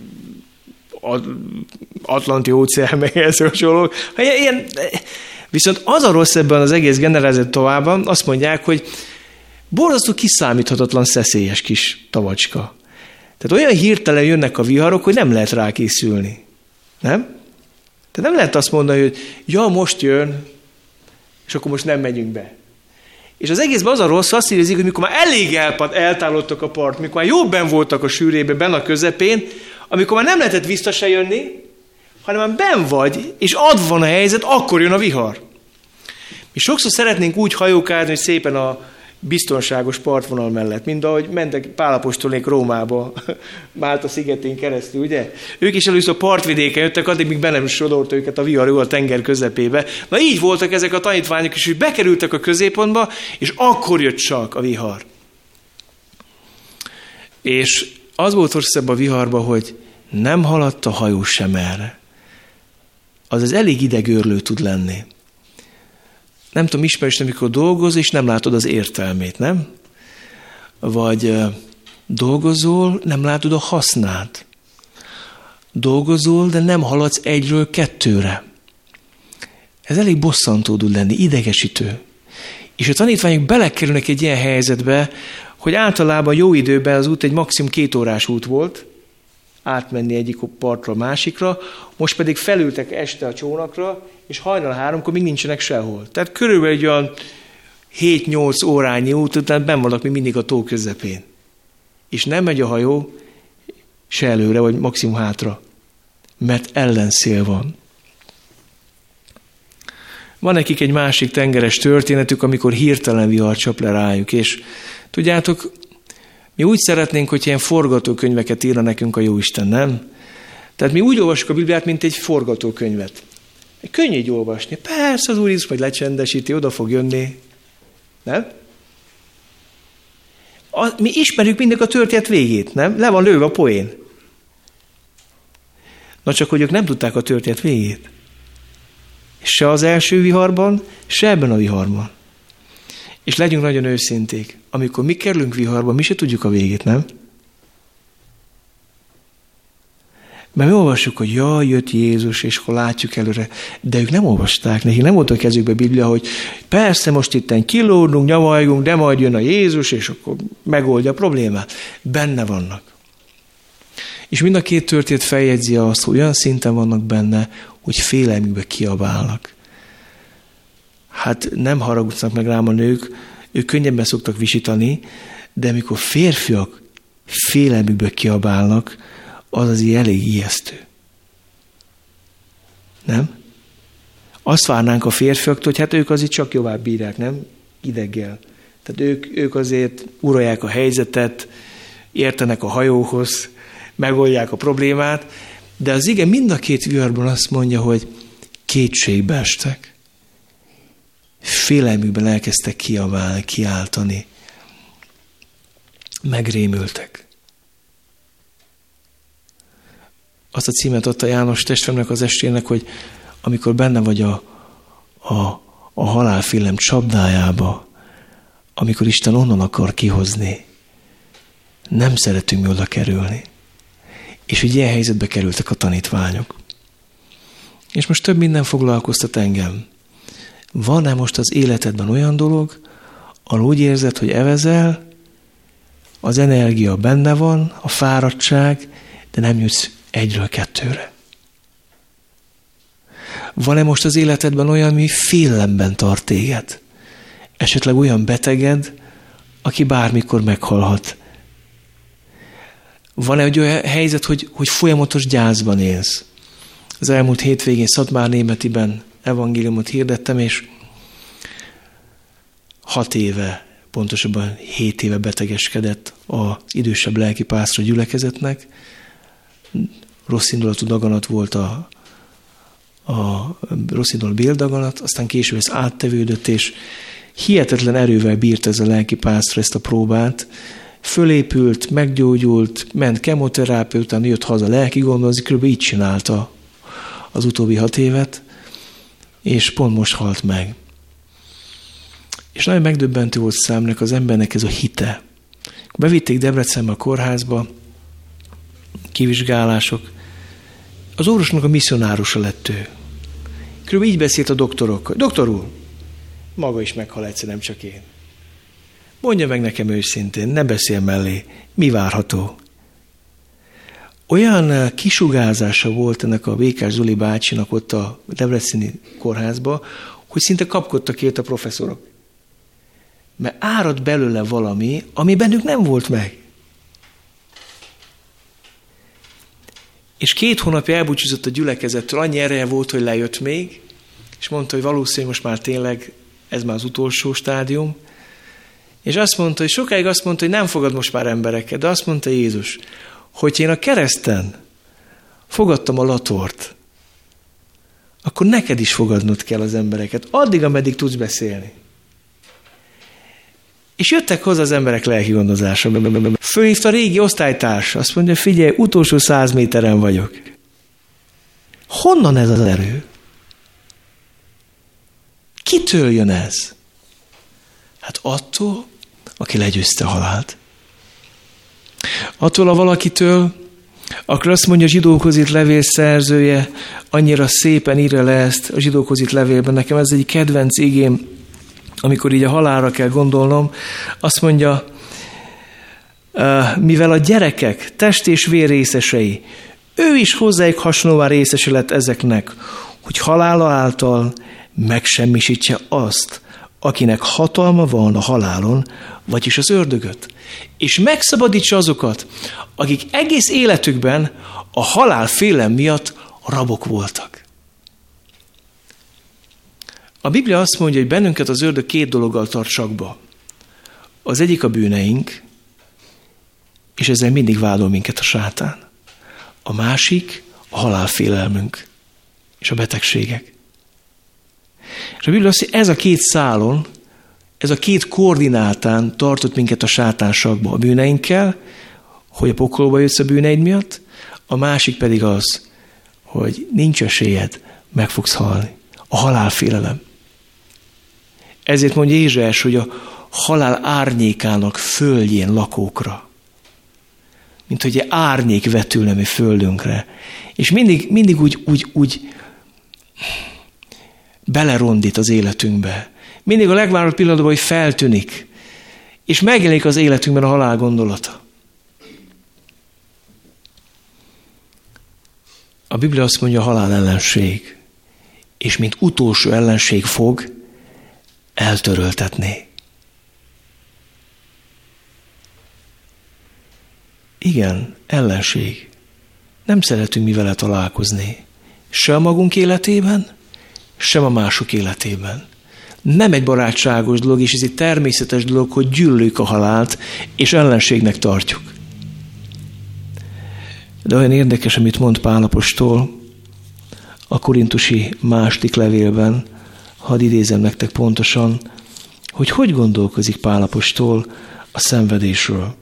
Atlanti óceán, meg ez hasonló. Viszont az a rossz ebben az egész Genezáret tavában, azt mondják, hogy borzasztó kiszámíthatatlan szeszélyes kis tavacska. Tehát olyan hirtelen jönnek a viharok, hogy nem lehet rákészülni. Nem? Tehát nem lehet azt mondani, hogy ja, most jön, és akkor most nem megyünk be. És az egészben az a rossz, azt érzik, hogy mikor már elég eltállottak a part, mikor már jobban voltak a sűrében, benn a közepén, amikor már nem lehetett vissza se jönni, hanem már benn vagy, és adva van a helyzet, akkor jön a vihar. Mi sokszor szeretnénk úgy hajókázni, hogy szépen a biztonságos partvonal mellett, mint ahogy mentek Pál apostolék Rómába, Málta szigetén keresztül, ugye? Ők is először a partvidéken jöttek, addig még be nem sodort őket a vihar, a tenger közepébe. Na így voltak ezek a tanítványok is, hogy bekerültek a középpontba, és akkor jött csak a vihar. És az volt rosszabb a viharba, hogy nem haladt a hajó sem erre. Az elég idegőrlő tud lenni. Nem tudom, ismerős, amikor dolgozol, és nem látod az értelmét, nem? Vagy dolgozol, nem látod a hasznát. Dolgozol, de nem haladsz 1-ről 2-re. Ez elég bosszantó tud lenni, idegesítő. És a tanítványok belekerülnek egy ilyen helyzetbe, hogy általában jó időben az út egy maximum 2 órás út volt, átmenni egyik partról másikra, most pedig felültek este a csónakra, és hajnal 3-kor még nincsenek sehol. Tehát körülbelül egy olyan 7-8 órányi út, után benn vannak még mindig a tó közepén. És nem megy a hajó se előre, vagy maximum hátra, mert ellenszél van. Van nekik egy másik tengeres történetük, amikor hirtelen vihar csap le rájuk, és tudjátok, mi úgy szeretnénk, hogy ilyen forgatókönyveket írna nekünk a Jóisten, nem? Tehát mi úgy olvassuk a Bibliát, mint egy forgatókönyvet. Könnyű így olvasni. Persze az Úr Jézus majd lecsendesíti, oda fog jönni. Nem? Mi ismerjük mindig a történet végét, nem? Le van lőve a poén. Na csak, hogy ők nem tudták a történet végét. Se az első viharban, se ebben a viharban. És legyünk nagyon őszinték. Amikor mi kerülünk viharba, mi se tudjuk a végét, nem? Mert mi olvassuk, hogy jaj, jött Jézus, és akkor látjuk előre. De ők nem olvasták, nekik nem volt a kezükbe Biblia, hogy persze most itten kilódunk, nyavajgunk, de majd jön a Jézus, és akkor megoldja a problémát. Benne vannak. És mind a 2 történet feljegyzi azt, hogy olyan szinten vannak benne, hogy félelmükbe kiabálnak. Hát nem haragudnak meg rám a nők, ők könnyebben szoktak visítani, de amikor férfiak félelmükbe kiabálnak, az azért elég ijesztő. Nem? Azt várnánk a férfiaktól, hogy hát ők azért csak jobbá bírják, nem? Ideggel. Tehát ők azért uralják a helyzetet, értenek a hajóhoz, megoldják a problémát, de az ige mind a 2 viharban azt mondja, hogy kétségbe estek. Félelmükben elkezdtek kiabálni, kiáltani. Megrémültek. Azt a címet adta János testvéremnek az estrének, hogy amikor benne vagy a halálfélelem csapdájába, amikor Isten onnan akar kihozni, nem szeretünk mi oda kerülni. És hogy ilyen helyzetbe kerültek a tanítványok. És most több minden foglalkoztat engem. Van-e most az életedben olyan dolog, ahol úgy érzed, hogy evezel, az energia benne van, a fáradtság, de nem jutsz 1-ről 2-re? Van-e most az életedben olyan, ami félelemben tart téged? Esetleg olyan beteged, aki bármikor meghalhat? Van-e egy olyan helyzet, hogy folyamatos gyászban élsz? Az elmúlt hétvégén Szatmárnémetiben evangéliumot hirdettem, és 6 éve, pontosabban 7 éve betegeskedett az idősebb lelkipásztor gyülekezetnek. Rossz indulatú daganat volt a a rosszindol béldaganat, aztán később ez áttevődött, és hihetetlen erővel bírt ez a lelkipásztor ezt a próbát. Fölépült, meggyógyult, ment kemoterápia, utána jött haza lelki gondozni, kb. Így csinálta az utóbbi 6 évet, és pont most halt meg. És nagyon megdöbbentő volt számnak az embernek ez a hite. Bevitték Debrecenbe a kórházba, kivizsgálások. Az orvosnak a misszionárusa lett ő. Körülbelül így beszélt a doktorokkal. Doktor úr, maga is meghal egyszer, nem csak én. Mondja meg nekem őszintén, ne beszél mellé, mi várható? Olyan kisugárzása volt ennek a Vékás Zoli bácsinak ott a debreceni kórházba, hogy szinte kapkodtak ért a professzorok. Mert árad belőle valami, ami bennük nem volt meg. És 2 hónapja elbúcsúzott a gyülekezettől, annyi ereje volt, hogy lejött még, és mondta, hogy valószínűleg most már tényleg ez már az utolsó stádium. És azt mondta, hogy sokáig azt mondta, hogy nem fogad most már embereket, de azt mondta Jézus, hogy én a kereszten fogadtam a latort, akkor neked is fogadnod kell az embereket, addig, ameddig tudsz beszélni. És jöttek hozzá az emberek lelki gondozása. Fölhívta a régi osztálytárs, azt mondja, figyelj, utolsó 100 méteren vagyok. Honnan ez az erő? Kitől jön ez? Hát attól, aki legyőzte a halált. Attól a valakitől, akkor azt mondja a Zsidókhoz írt levél szerzője, annyira szépen írja le ezt a Zsidókhoz írt levélben. Nekem ez egy kedvenc igém, amikor így a halálra kell gondolnom. Azt mondja, mivel a gyerekek test és vér részesei, ő is hozzájuk hasonlóan részese lett ezeknek, hogy halála által megsemmisítse azt, akinek hatalma van a halálon, vagyis az ördögöt, és megszabadítsa azokat, akik egész életükben a halál félelem miatt rabok voltak. A Biblia azt mondja, hogy bennünket az ördög 2 dologgal tart sakba. Az egyik a bűneink, és ezzel mindig vádol minket a sátán. A másik a halálfélelmünk és a betegségek. És a Biblia azt mondja, ez a 2 szálon, ez a 2 koordinátán tartott minket a sátán sakba. A bűneinkkel, hogy a pokolba jössz a bűneid miatt, a másik pedig az, hogy nincs esélyed, meg fogsz halni. A halálfélelem. Ezért mondja Ézsaiás, hogy a halál árnyékának földjén lakókra. Mint hogy egy árnyék vetülne mi földünkre. És mindig úgy belerondít az életünkbe. Mindig a legvárabb pillanatban, hogy feltűnik. És megjelenik az életünkben a halál gondolata. A Biblia azt mondja, a halál ellenség. És mint utolsó ellenség fog eltöröltetni. Igen, ellenség. Nem szeretünk mi vele találkozni. Se a magunk életében, sem a mások életében. Nem egy barátságos dolog, és ez egy természetes dolog, hogy gyűlöljük a halált, és ellenségnek tartjuk. De olyan érdekes, amit mond Pál apostol a korintusi második levélben, hadd idézem nektek pontosan, hogy gondolkozik Pál apostol a szenvedésről.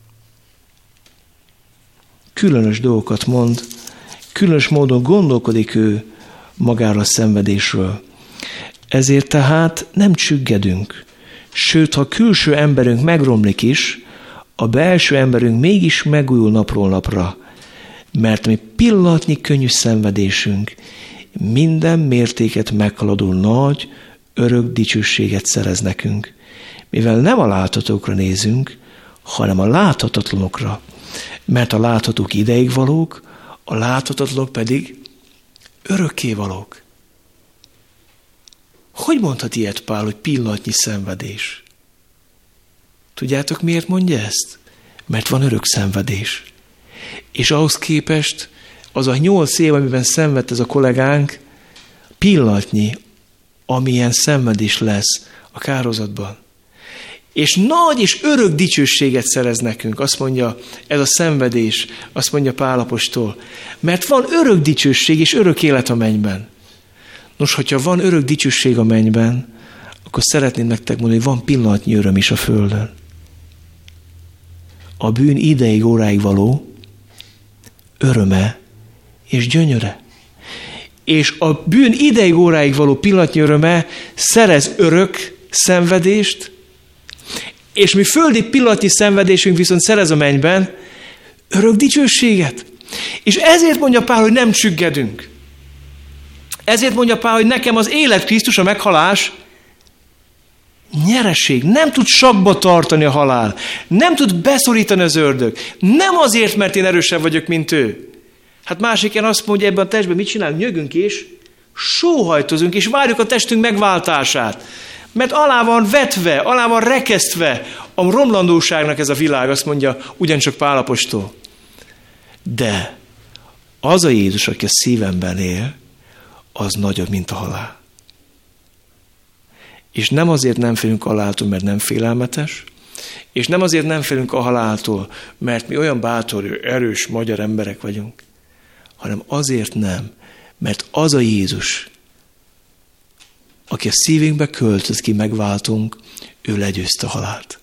Különös dolgokat mond, különös módon gondolkodik ő magára a szenvedésről. Ezért tehát nem csüggedünk, sőt, ha a külső emberünk megromlik is, a belső emberünk mégis megújul napról napra, mert mi pillanatnyi könnyű szenvedésünk minden mértéket meghaladó nagy, örök dicsőséget szerez nekünk, mivel nem a láthatókra nézünk, hanem a láthatatlanokra, mert a láthatók ideig valók, a láthatatlanok pedig örökké valók. Hogy mondhat ilyet Pál, hogy pillanatnyi szenvedés? Tudjátok, miért mondja ezt? Mert van örök szenvedés. És ahhoz képest az a 8 év, amiben szenvedt ez a kollégánk, pillanatnyi, amilyen szenvedés lesz a kárhozatban. És nagy és örök dicsőséget szerez nekünk, azt mondja ez a szenvedés, azt mondja Pál apostol. Mert van örök dicsőség és örök élet a mennyben. Nos, hogyha van örök dicsőség a mennyben, akkor szeretném nektek mondani, hogy van pillanatnyi öröm is a földön. A bűn ideig, óráig való öröme és gyönyöre. És a bűn ideig, óráig való pillanatnyi öröme szerez örök szenvedést, és mi földi pillanatnyi szenvedésünk viszont szerez a mennyben örök dicsőséget. És ezért mondja Pál, hogy nem csüggedünk. Ezért mondja Pál, hogy nekem az élet Krisztus, a meghalás nyereség. Nem tud sakba tartani a halál. Nem tud beszorítani az ördög. Nem azért, mert én erősebb vagyok, mint ő. Hát másik ilyen azt mondja, ebben a testben mit csinálunk? Nyögünk és sóhajtozunk, és várjuk a testünk megváltását. Mert alá van vetve, alá van rekesztve a romlandóságnak ez a világ, azt mondja ugyancsak Pál apostol. De az a Jézus, aki a szívemben él, az nagyobb, mint a halál. És nem azért nem félünk a haláltól, mert nem félelmetes, és nem azért nem félünk a haláltól, mert mi olyan bátor, erős magyar emberek vagyunk, hanem azért nem, mert az a Jézus, aki a szívünkbe költöz ki, megváltunk, ő legyőzte a halált.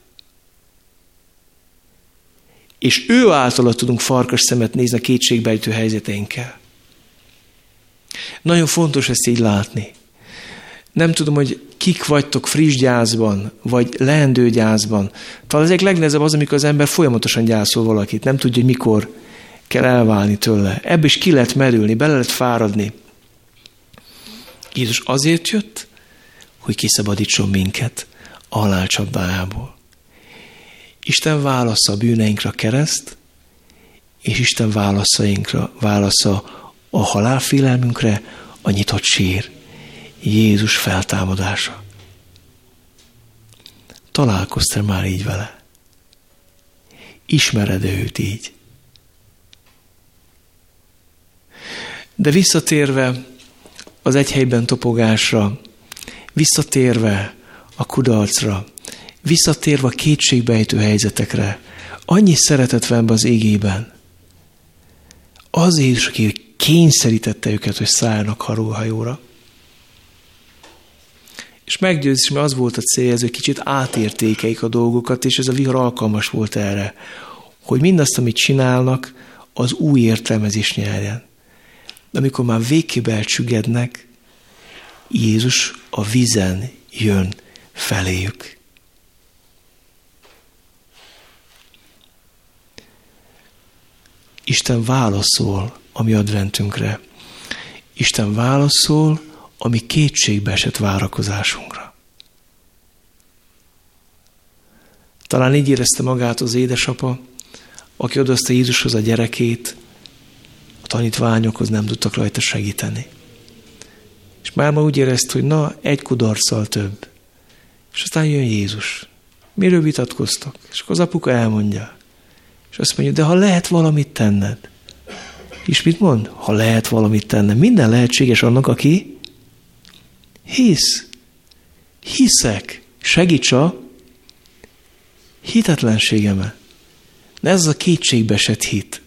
És ő általa tudunk farkas szemet nézni a kétségbejtő helyzeteinkkel. Nagyon fontos ezt így látni. Nem tudom, hogy kik vagytok friss gyászban, vagy leendő gyászban. Talán az egyik legnehezebb az, amikor az ember folyamatosan gyászol valakit. Nem tudja, hogy mikor kell elválni tőle. Ebből is ki lehet merülni, bele lehet fáradni. Jézus azért jött, hogy kiszabadítson minket a halál csapdájából. Isten válasza a bűneinkre a kereszt, és Isten válasza a halálfélelmünkre a nyitott sír. Jézus feltámadása. Találkoztál már így vele? Ismered őt így? De visszatérve az egy helyben topogásra, visszatérve a kudarcra, visszatérve a kétségbejtő helyzetekre, annyi szeretet van ebben az igében. Az Jézus, aki kényszerítette őket, hogy szálljanak hajóra. És meggyőzés, mert az volt a célja, hogy kicsit átértékeik a dolgokat, és ez a vihar alkalmas volt erre, hogy mindazt, amit csinálnak, az új értelmezés nyerjen. De amikor már végképp elcsüggednek, Jézus a vízen jön feléjük. Isten válaszol a mi adventünkre. Isten válaszol a mi kétségbe esett várakozásunkra. Talán így érezte magát az édesapa, aki odahozta Jézushoz a gyerekét, a tanítványokhoz nem tudtak rajta segíteni. És már ma úgy érezte, hogy na, egy kudarccal több. És aztán jön Jézus. Miről vitatkoztak? És akkor az apuka elmondja. És azt mondja, de ha lehet valamit tenned. És mit mond? Ha lehet valamit tenned. Minden lehetséges annak, aki hisz. Hiszek. Segíts a hitetlenségemet. De ez az a kétségbeesett hit.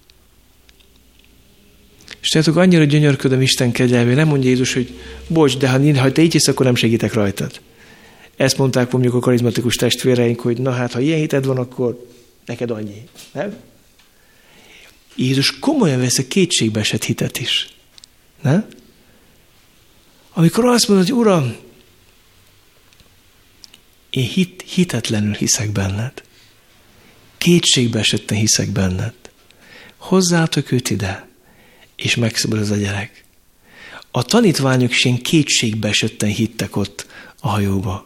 És tudjátok, annyira gyönyörködöm Isten kegyelmére, nem mondja Jézus, hogy bocs, de ha te így hisz, akkor nem segítek rajtad. Ezt mondták mondjuk a karizmatikus testvéreink, hogy na hát, ha ilyen hited van, akkor neked annyi. Nem? Jézus komolyan vesz a kétségbeesett hitet is. Nem? Amikor azt mondod, hogy Uram, én hitetlenül hiszek benned. Kétségbeesetten hiszek benned. Hozzátok őt ide, és megszabadul az a gyerek. A tanítványok is ilyen kétségbeesetten hittek ott a hajóba.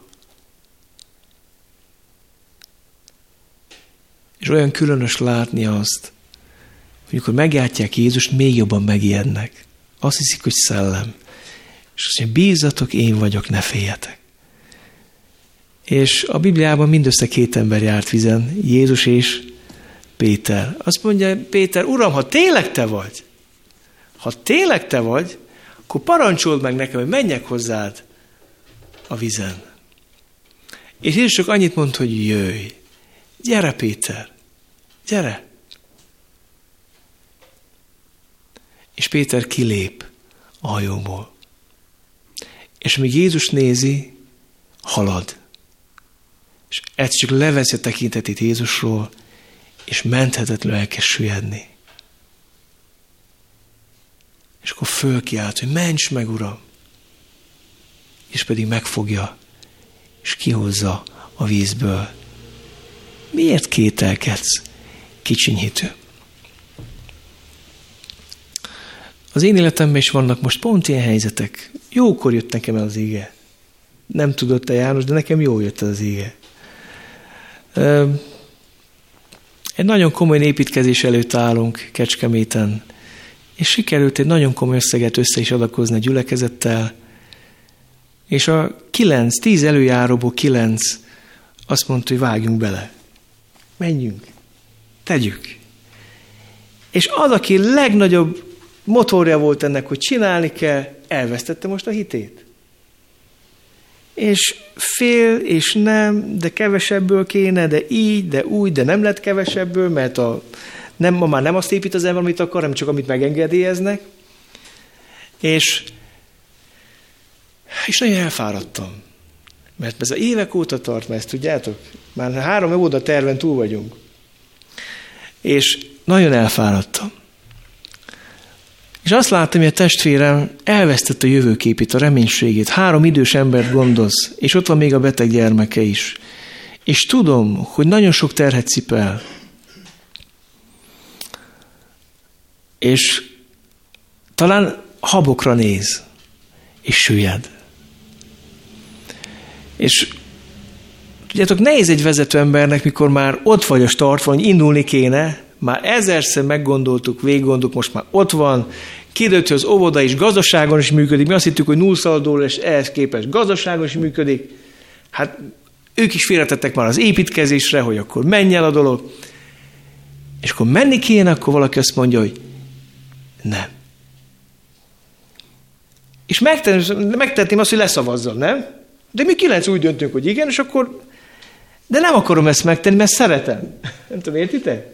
És olyan különös látni azt, hogy amikor megjátják Jézust, még jobban megijednek. Azt hiszik, hogy szellem. És azt mondja, bízzatok, én vagyok, ne féljetek. És a Bibliában mindössze 2 ember járt vízen, Jézus és Péter. Azt mondja Péter, Uram, ha tényleg te vagy, akkor parancsold meg nekem, hogy menjek hozzád a vízen. És Jézus csak annyit mond, hogy jöjj. Gyere, Péter, gyere. És Péter kilép a hajóból. És míg Jézus nézi, halad. És egyszer csak leveszi a tekintetét Jézusról, és menthetetlenül elkezd süllyedni. És akkor fölkiált, hogy ments meg, Uram! És pedig megfogja, és kihozza a vízből. Miért kételkedsz, kicsinyhitő? Az én életemben is vannak most pont ilyen helyzetek. Jókor jött nekem el az ige. Nem tudott te, János, de nekem jól jött az ige. Egy nagyon komoly építkezés előtt állunk Kecskeméten, és sikerült egy nagyon komoly összeget össze is adakozni a gyülekezettel, és a 10 előjáróból 9 azt mondta, hogy vágjunk bele. Menjünk. Tegyük. És az, aki legnagyobb motorja volt ennek, hogy csinálni kell, elvesztette most a hitét. És fél, és nem, de kevesebből kéne, de így, de úgy, de nem lett kevesebből, mert ma már nem azt épít az ember, amit akar, hanem csak amit megengedélyeznek. És nagyon elfáradtam. Mert ez évek óta tart, mert ezt tudjátok? Már 3 óta terven túl vagyunk. És nagyon elfáradtam. És azt láttam, hogy a testvérem elvesztette a jövőképét, a reménységét. 3 idős embert gondoz, és ott van még a beteg gyermeke is. És tudom, hogy nagyon sok terhet cipel. És talán habokra néz, és süllyed. És tudjátok, nehéz egy vezető embernek, mikor már ott vagy a startban, hogy indulni kéne, már 1000-szer meggondoltuk, végiggondoltuk, most már ott van, kiderült, hogy az óvoda is gazdaságon is működik, mi azt hittük, hogy nullszaldóra, és ehhez képest gazdaságon is működik. Hát ők is félretettek már az építkezésre, hogy akkor menj el a dolog. És akkor menni kéne, akkor valaki azt mondja, hogy nem. És megtehetném azt, hogy leszavazzam, nem? De mi 9 úgy döntünk, hogy igen, és akkor... De nem akarom ezt megtenni, mert szeretem. Nem tudom, értitek?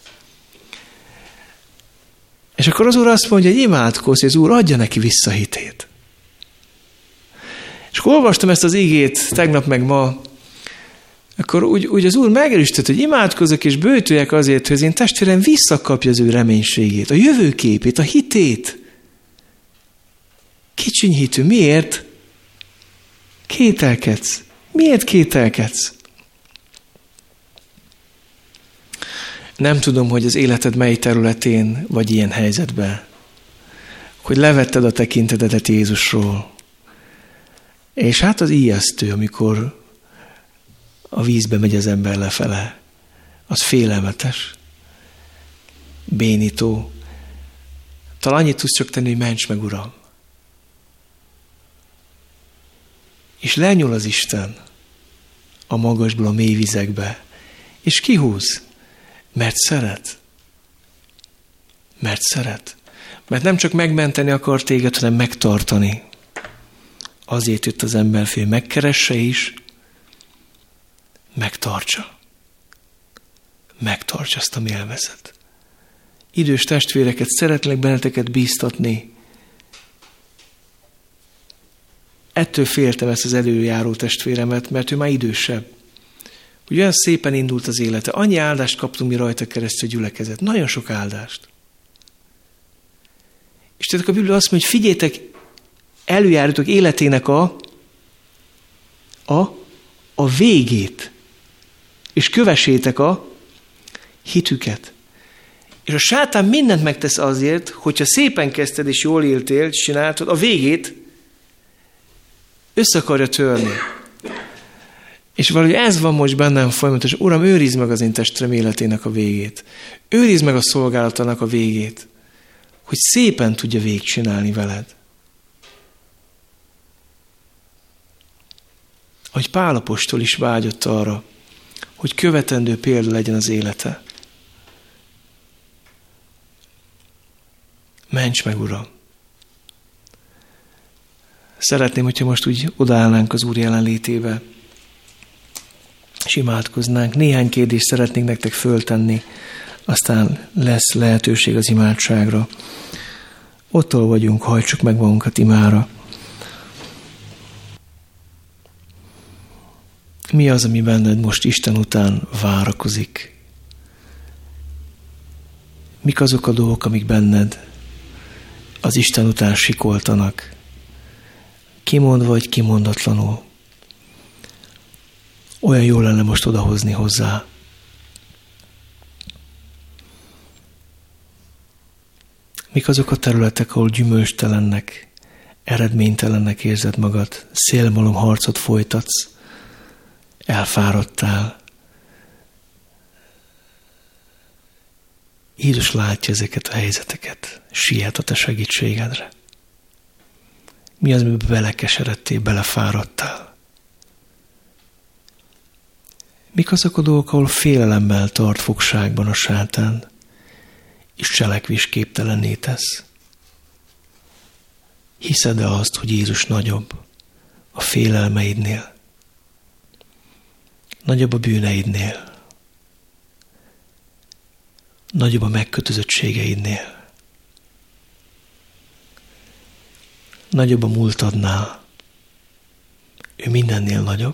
És akkor az Úr azt mondja, hogy imádkozz, hogy az Úr adja neki vissza hitét. És akkor olvastam ezt az igét tegnap meg ma, akkor úgy az Úr megerősített, hogy imádkozzak és bőtöljek azért, hogy az én testvérem visszakapja az ő reménységét, a jövőképét, a hitét. Kicsinyhitű. Miért? Kételkedsz. Miért kételkedsz? Nem tudom, hogy az életed mely területén vagy ilyen helyzetben, hogy levetted a tekintetedet Jézusról. És hát az ijesztő, amikor a vízbe megy az ember lefele. Az félelmetes, bénító. Talán annyit tudsz csak tenni, hogy ments meg, Uram. És lenyúl az Isten a magasból a mély vizekbe, és kihúz, mert szeret. Mert szeret. Mert nem csak megmenteni akar téged, hanem megtartani. Azért jött az emberfél, megkeresse is, megtartsa. Megtartsa azt a élvezet. Idős testvéreket, szeretlek benneteket bíztatni. Ettől féltem ezt az előjáró testvéremet, mert ő már idősebb. Hogy olyan szépen indult az élete. Annyi áldást kaptunk mi rajta keresztül gyülekezet. Nagyon sok áldást. És tehát a Biblia azt mondja, hogy figyeljetek, előjárjátok életének a végét. És kövessétek a hitüket. És a sátán mindent megtesz azért, hogyha szépen kezdted és jól éltél, csináltad, a végét össze akarja törni. És valahogy ez van most bennem folyamatosan. Uram, őrizd meg az én testvérem életének a végét. Őrizd meg a szolgálatának a végét. Hogy szépen tudja végigcsinálni veled. Ahogy Pál apostol is vágyott arra, hogy követendő példa legyen az élete. Ments meg, Uram! Szeretném, hogyha most úgy odaállnánk az Úr jelenlétébe, és imádkoznánk. Néhány kérdést szeretnénk nektek föltenni, aztán lesz lehetőség az imádságra. Ott vagyunk, hajtsuk meg magunkat imára. Mi az, ami benned most Isten után várakozik? Mik azok a dolgok, amik benned az Isten után sikoltanak? Kimondva vagy kimondatlanul. Olyan jó lenne most odahozni hozzá. Mik azok a területek, ahol gyümölcstelennek, eredménytelennek érzed magad, szélmalom harcot folytatsz, elfáradtál. Jézus látja ezeket a helyzeteket, siet a te segítségedre. Mi az, amiben belekeseredtél, belefáradtál? Mik azok a dolgok, ahol félelemmel tart fogságban a sátán, és cselekvésképtelenné tesz? Hiszed-e azt, hogy Jézus nagyobb a félelmeidnél? Nagyobb a bűneidnél? Nagyobb a megkötözöttségeidnél? Nagyobb a múltadnál? Ő mindennél nagyobb?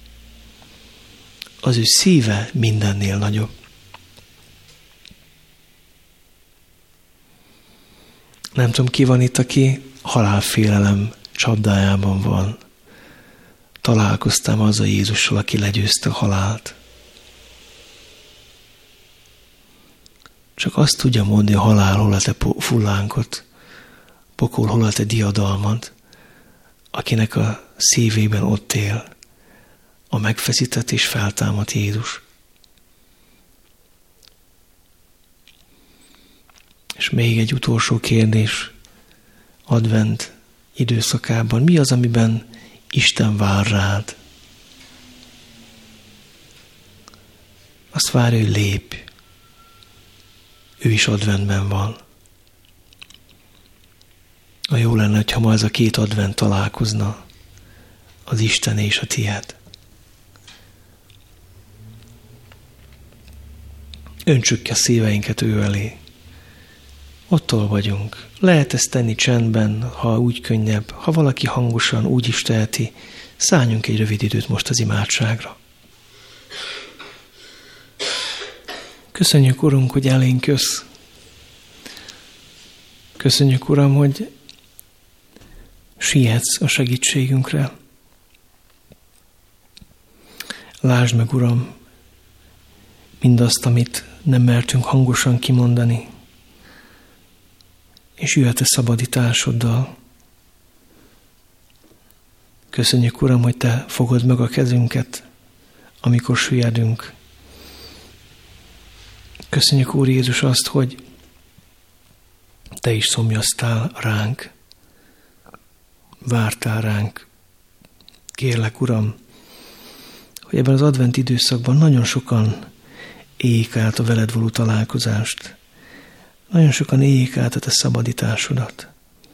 Az ő szíve mindennél nagyobb. Nem tudom, ki van itt, aki halálfélelem csapdájában van. Találkoztam azzal Jézussal, aki legyőzte a halált. Csak azt tudja mondani, a halál hol a te fullánkot, pokol hol a te diadalmad, akinek a szívében ott él a megfeszített és feltámadt Jézus. És még egy utolsó kérdés advent időszakában. Mi az, amiben Isten vár rád? Azt várja, hogy lépj. Ő is adventben van. A jó lenne, ha ma ez a két advent találkozna, az Isten és a tiéd. Öntsük ki a szíveinket ő elé. Ottól vagyunk. Lehet ezt tenni csendben, ha úgy könnyebb, ha valaki hangosan úgy is teheti. Szálljunk egy rövid időt most az imádságra. Köszönjük, Urunk, hogy elénk jössz. Köszönjük, Uram, hogy sietsz a segítségünkre. Lásd meg, Uram, mindazt, amit nem mertünk hangosan kimondani, és jöhet a szabadításoddal. Köszönjük, Uram, hogy Te fogod meg a kezünket, amikor süllyedünk. Köszönjük, Úr Jézus, azt, hogy Te is szomjaztál ránk, vártál ránk. Kérlek, Uram, hogy ebben az advent időszakban nagyon sokan éljék át a veled való találkozást. Nagyon sokan éljék át a Te szabadításodat.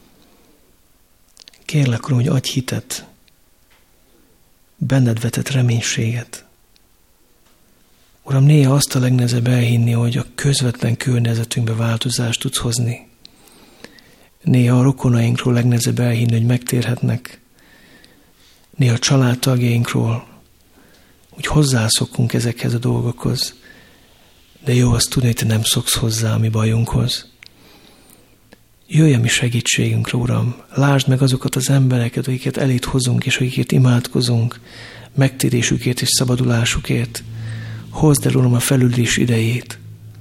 Kérlek, Uram, hogy adj hitet, benned vetett reménységet. Uram, néha azt a legnehezebb elhinni, hogy a közvetlen környezetünkbe változást tudsz hozni. Néha a rokonainkról legnehezebb elhinni, hogy megtérhetnek. Néha a családtagjainkról, hogy hozzászokunk ezekhez a dolgokhoz. De jó azt tudni, hogy Te nem szoksz hozzá a mi bajunkhoz. Jöjj a mi segítségünkre, Uram. Lásd meg azokat az embereket, akiket eléd hozunk, és akikért imádkozunk, megtérésükért és szabadulásukért. Hozd el, Uram, a felüldés idejét.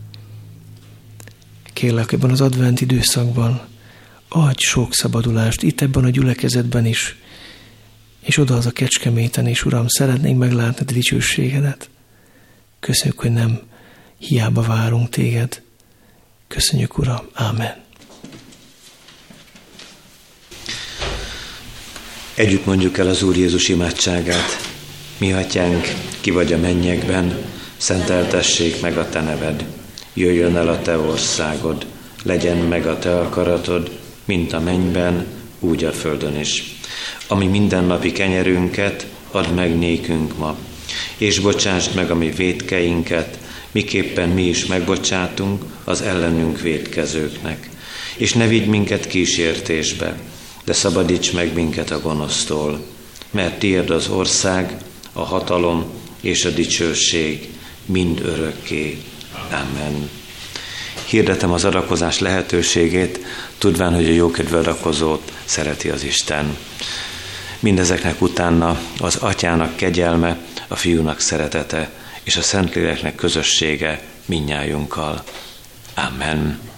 Kérlek, ebben az advent időszakban adj sok szabadulást, itt ebben a gyülekezetben is, és odahaza a Kecskeméten is, Uram, szeretnénk meglátni a dicsőségedet. Köszönjük, hogy nem hiába várunk Téged. Köszönjük, Uram. Ámen. Együtt mondjuk el az Úr Jézus imádságát. Mi atyánk, ki vagy a mennyekben, szenteltessék meg a Te neved. Jöjjön el a Te országod, legyen meg a Te akaratod, mint a mennyben, úgy a földön is. Ami mindennapi kenyerünket, add meg nékünk ma, és bocsásd meg a mi vétkeinket, miképpen mi is megbocsátunk az ellenünk vétkezőknek. És ne vigy minket kísértésbe, de szabadíts meg minket a gonosztól, mert tiéd az ország, a hatalom és a dicsőség mind örökké. Amen. Hirdetem az adakozás lehetőségét, tudván, hogy a jókedvű adakozót szereti az Isten. Mindezeknek utána az Atyának kegyelme, a Fiúnak szeretete és a Szentléleknek közössége mindnyájunkkal. Amen.